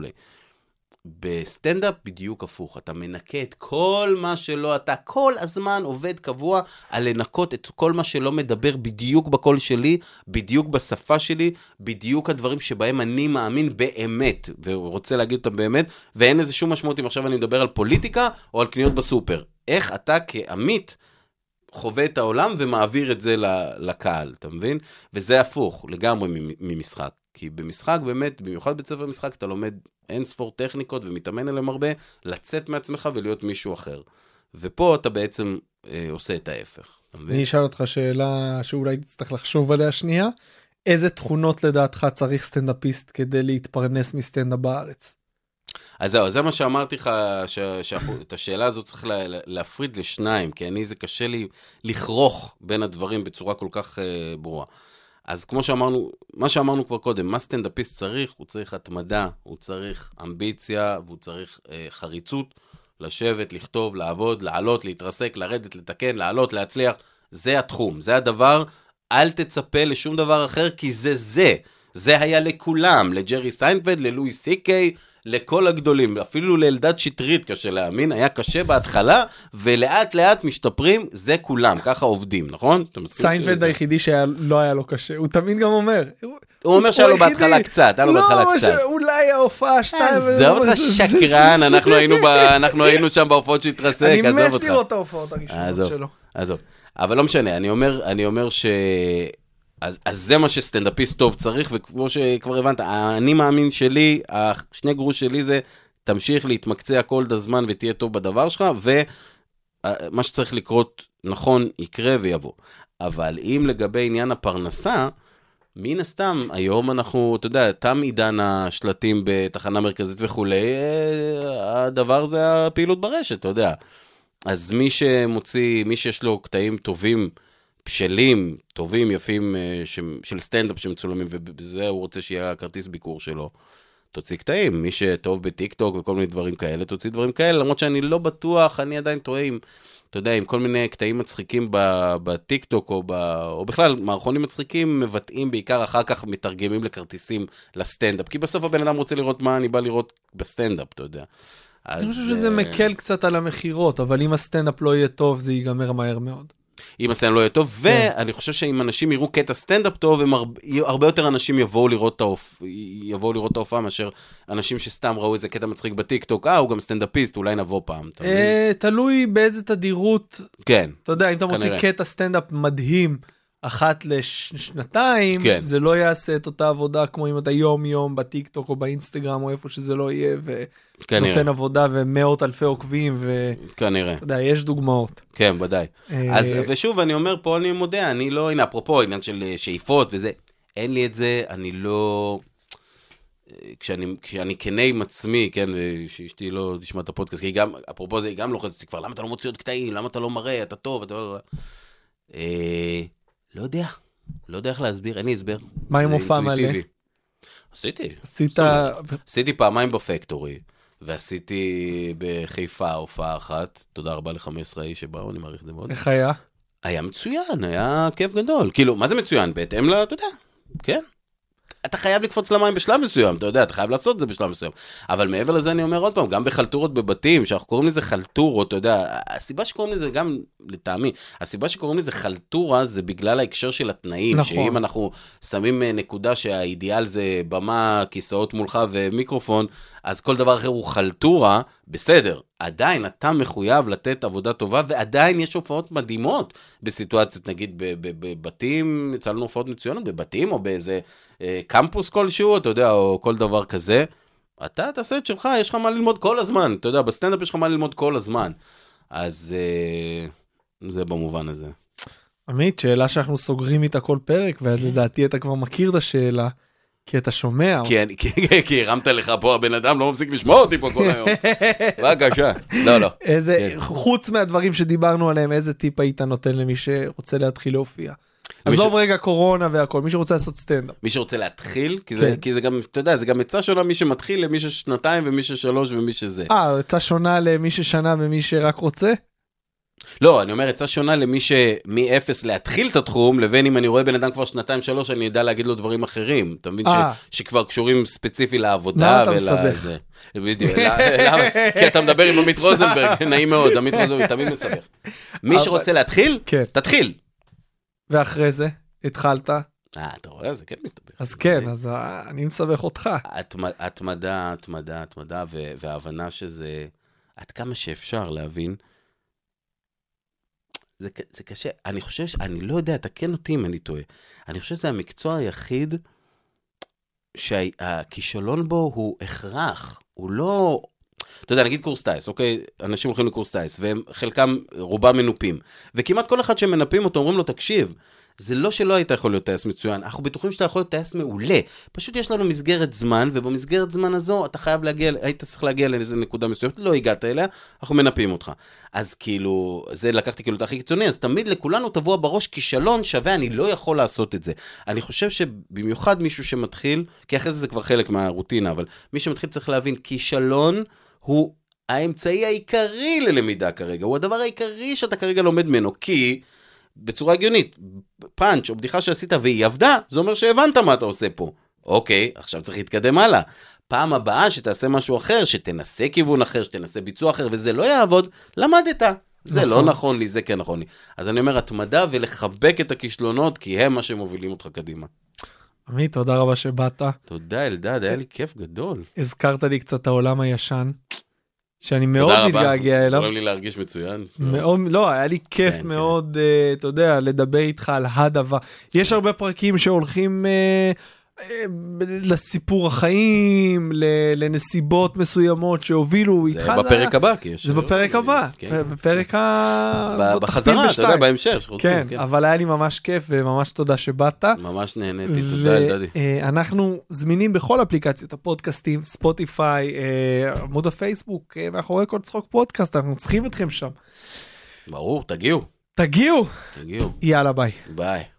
בסטנדאפ בדיוק הפוך. אתה מנקה את כל מה שלא אתה. כל הזמן עובד קבוע על לנקות את כל מה שלא מדבר בדיוק בקול שלי, בדיוק בשפה שלי, בדיוק הדברים שבהם אני מאמין באמת, ורוצה להגיד אותם באמת, ואין איזה שום משמעות אם עכשיו אני מדבר על פוליטיקה או על קניות בסופר. איך אתה כעמית חווה את העולם ומעביר את זה לקהל, אתה מבין? וזה הפוך לגמרי ממשחק. כי במשחק באמת, במיוחד בית ספר משחק, אתה לומד אין ספור טכניקות ומתאמן עליהם הרבה, לצאת מעצמך ולהיות מישהו אחר. ופה אתה בעצם אה, עושה את ההפך. אני אשאל אותך שאלה שאולי תצטרך לחשוב עליה שנייה. איזה תכונות לדעתך צריך סטנדאפיסט כדי להתפרנס מסטנדאפ בארץ? אז זהו, זה מה שאמרתי לך, ש, שאת השאלה הזאת צריך לה, להפריד לשניים, כי אני זה קשה לי לכרוך בין הדברים בצורה כל כך אה, ברורה. אז כמו שאמרנו, מה שאמרנו כבר קודם, מה סטנדאפיסט צריך? הוא צריך התמדה, הוא צריך אמביציה, והוא צריך אה, חריצות, לשבת, לכתוב, לעבוד, לעלות, להתרסק, לרדת, לתקן, לעלות, להצליח. זה התחום, זה הדבר. אל תצפה לשום דבר אחר, כי זה זה. זה היה לכולם, לג'רי סיינפלד, ללואי סי קיי, לכל הגדולים, אפילו לאלדד שטרית קשה להאמין, היה קשה בהתחלה, ולאט לאט משתפרים, זה כולם, ככה עובדים, נכון? סיינפלד היחידי שלא היה לו קשה, הוא תמיד גם אומר. הוא אומר שהיה לו בהתחלה קצת, היה לו בהתחלה קצת. לא, אולי ההופעה שתיים. עזוב אותך שקרן, אנחנו היינו שם בהופעות שהתרסק, אני מת לראות ההופעות הראשונות שלו. עזוב, אבל לא משנה, אני אומר ש... אז, אז זה מה שסטנדאפיסט טוב צריך, וכמו שכבר הבנת, אני מאמין שלי, השני גרוש שלי זה, תמשיך להתמקצע כל הזמן ותהיה טוב בדבר שלך, ומה שצריך לקרות נכון יקרה ויבוא. אבל אם לגבי עניין הפרנסה, מן הסתם, היום אנחנו, אתה יודע, תם עידן השלטים בתחנה מרכזית וכולי, הדבר זה הפעילות ברשת, אתה יודע. אז מי שמוציא, מי שיש לו קטעים טובים, בשלים, טובים, יפים, של סטנדאפ שמצולמים, ובזה הוא רוצה שיהיה הכרטיס ביקור שלו. תוציא קטעים, מי שטוב בטיק-טוק וכל מיני דברים כאלה, תוציא דברים כאלה, למרות שאני לא בטוח, אני עדיין טועה עם, אתה יודע, עם כל מיני קטעים מצחיקים בטיק-טוק, או, ב, או בכלל, מערכונים מצחיקים מבטאים בעיקר, אחר כך מתרגמים לכרטיסים לסטנדאפ, כי בסוף הבן אדם רוצה לראות מה אני בא לראות בסטנדאפ, אתה יודע. אני חושב שזה מקל קצת על המחירות, אבל אם הסטנדאפ לא יהיה טוב, זה ייגמר מהר מאוד. אם הסטנדאפ לא יהיה טוב, ואני חושב שאם אנשים יראו קטע סטנדאפ טוב, הרבה יותר אנשים יבואו לראות את ההופעה, מאשר אנשים שסתם ראו איזה קטע מצחיק בטיק-טוק, אה, הוא גם סטנדאפיסט, אולי נבוא פעם. תלוי באיזה תדירות. כן. אתה יודע, אם אתה מוציא קטע סטנדאפ מדהים, אחת לשנתיים, זה לא יעשה את אותה עבודה, כמו אם אתה יום-יום בטיק-טוק או באינסטגרם, או איפה שזה לא יהיה, ונותן עבודה ומאות אלפי עוקבים, כנראה. אתה יודע, יש דוגמאות. כן, ודאי. אז, ושוב, אני אומר, פה אני מודה, אני לא, הנה, אפרופו, עניין של שאיפות וזה, אין לי את זה, אני לא... כשאני, כשאני כנה עם עצמי, כן, שאשתי לא תשמע את הפודקאסט, כי גם, אפרופו זה, היא גם לוחצת כבר, למה אתה לא מוציא עוד קטעים, למה אתה לא מראה, אתה טוב, אתה לא... לא יודע, לא יודע איך להסביר, אין לי הסבר. מה עם הופעה מלא? עשיתי. עשית... עשיתי פעמיים בפקטורי, ועשיתי בחיפה הופעה אחת, תודה רבה ל-חמש עשרה איש שבאו, אני מעריך את זה מאוד. איך היה? היה מצוין, היה כיף גדול. כאילו, מה זה מצוין? בהתאם לה, אתה יודע, כן. אתה חייב לקפוץ למים בשלב מסוים, אתה יודע, אתה חייב לעשות את זה בשלב מסוים. אבל מעבר לזה אני אומר עוד פעם, גם בחלטורות בבתים, שאנחנו קוראים לזה חלטורות, אתה יודע, הסיבה שקוראים לזה גם לטעמי, הסיבה שקוראים לזה חלטורה זה בגלל ההקשר של התנאים, נכון. שאם אנחנו שמים נקודה שהאידיאל זה במה, כיסאות מולך ומיקרופון, אז כל דבר אחר הוא חלטורה, בסדר. עדיין אתה מחויב לתת עבודה טובה, ועדיין יש הופעות מדהימות בסיטואציות, נגיד בבתים, יצאנו הופעות מצוינות בבתים, או באיזה אה, קמפוס כלשהו, אתה יודע, או כל דבר כזה. אתה תעשה את שלך, יש לך מה ללמוד כל הזמן, אתה יודע, בסטנדאפ יש לך מה ללמוד כל הזמן. אז אה, זה במובן הזה. עמית, שאלה שאנחנו סוגרים איתה כל פרק, ואז לדעתי אתה כבר מכיר את השאלה, כי אתה שומע. כי הרמת לך פה, הבן אדם לא מפסיק לשמוע אותי פה כל היום. בבקשה. לא, לא. חוץ מהדברים שדיברנו עליהם, איזה טיפ היית נותן למי שרוצה להתחיל להופיע? עזוב רגע קורונה והכל, מי שרוצה לעשות סטנדאפ. מי שרוצה להתחיל, כי זה גם, אתה יודע, זה גם עצה שונה מי שמתחיל למי ששנתיים ומי ששלוש ומי שזה. אה, עצה שונה למי ששנה ומי שרק רוצה? לא, אני אומר, עצה שונה למי שמאפס להתחיל את התחום, לבין אם אני רואה בן אדם כבר שנתיים שלוש, אני יודע להגיד לו דברים אחרים. אתה מבין שכבר קשורים ספציפי לעבודה. למה אתה מסבך? בדיוק, למה? כי אתה מדבר עם עמית רוזנברג, נעים מאוד, עמית רוזנברג תמיד מסבך. מי שרוצה להתחיל, תתחיל. ואחרי זה, התחלת? אה, אתה רואה, זה כן מסתבך. אז כן, אז אני מסבך אותך. התמדה, התמדה, התמדה, וההבנה שזה, עד כמה שאפשר להבין, זה, זה קשה, אני חושב, אני לא יודע, אתה כן אותי אם אני טועה, אני חושב שזה המקצוע היחיד שהכישלון בו הוא הכרח, הוא לא, אתה יודע, נגיד קורס טייס, אוקיי, אנשים הולכים לקורס טייס, והם חלקם רובם מנופים, וכמעט כל אחד שמנפים אותו, אומרים לו, תקשיב, זה לא שלא היית יכול להיות טייס מצוין, אנחנו בטוחים שאתה יכול להיות טייס מעולה, פשוט יש לנו מסגרת זמן, ובמסגרת זמן הזו אתה חייב להגיע, היית צריך להגיע לאיזה נקודה מסוימת, לא הגעת אליה, אנחנו מנפים אותך. אז כאילו, זה לקחתי כאילו את הכי קיצוני, אז תמיד לכולנו תבוא בראש כישלון שווה, אני לא יכול לעשות את זה. אני חושב שבמיוחד מישהו שמתחיל, כי אחרי זה זה כבר חלק מהרוטינה, אבל מי שמתחיל צריך להבין, כישלון הוא האמצעי העיקרי ללמידה כרגע, הוא הדבר העיקרי שאתה כרגע לומד ממנו, כי בצורה הגיונית, פאנץ' או בדיחה שעשית והיא עבדה, זה אומר שהבנת מה אתה עושה פה. אוקיי, עכשיו צריך להתקדם הלאה. פעם הבאה שתעשה משהו אחר, שתנסה כיוון אחר, שתנסה ביצוע אחר, וזה לא יעבוד, למדת. זה נכון. לא נכון לי, זה כן נכון לי. אז אני אומר, התמדה ולחבק את הכישלונות, כי הם מה שמובילים אותך קדימה. עמית, תודה רבה שבאת. תודה, אלדד, היה לי כיף גדול. הזכרת לי קצת העולם הישן. שאני מאוד מתגעגע אליו. תודה רבה, לי להרגיש מצוין. מאוד, לא, היה לי כיף כן, מאוד, כן. Uh, אתה יודע, לדבר איתך על הדבר. יש הרבה פרקים שהולכים uh, uh, לסיפור החיים, לנסיבות מסוימות שהובילו איתך. זה בפרק הבא. זה בפרק הבא, בפרק ה... בחזרה, אתה יודע, בהמשך. כן, אבל היה לי ממש כיף וממש תודה שבאת. ממש נהניתי, תודה אלדדי. אנחנו זמינים בכל אפליקציות הפודקאסטים, ספוטיפיי, עמוד הפייסבוק, מאחורי כל צחוק פודקאסט, אנחנו צריכים אתכם שם. ברור, תגיעו. תגיעו. תגיעו. יאללה, ביי. ביי.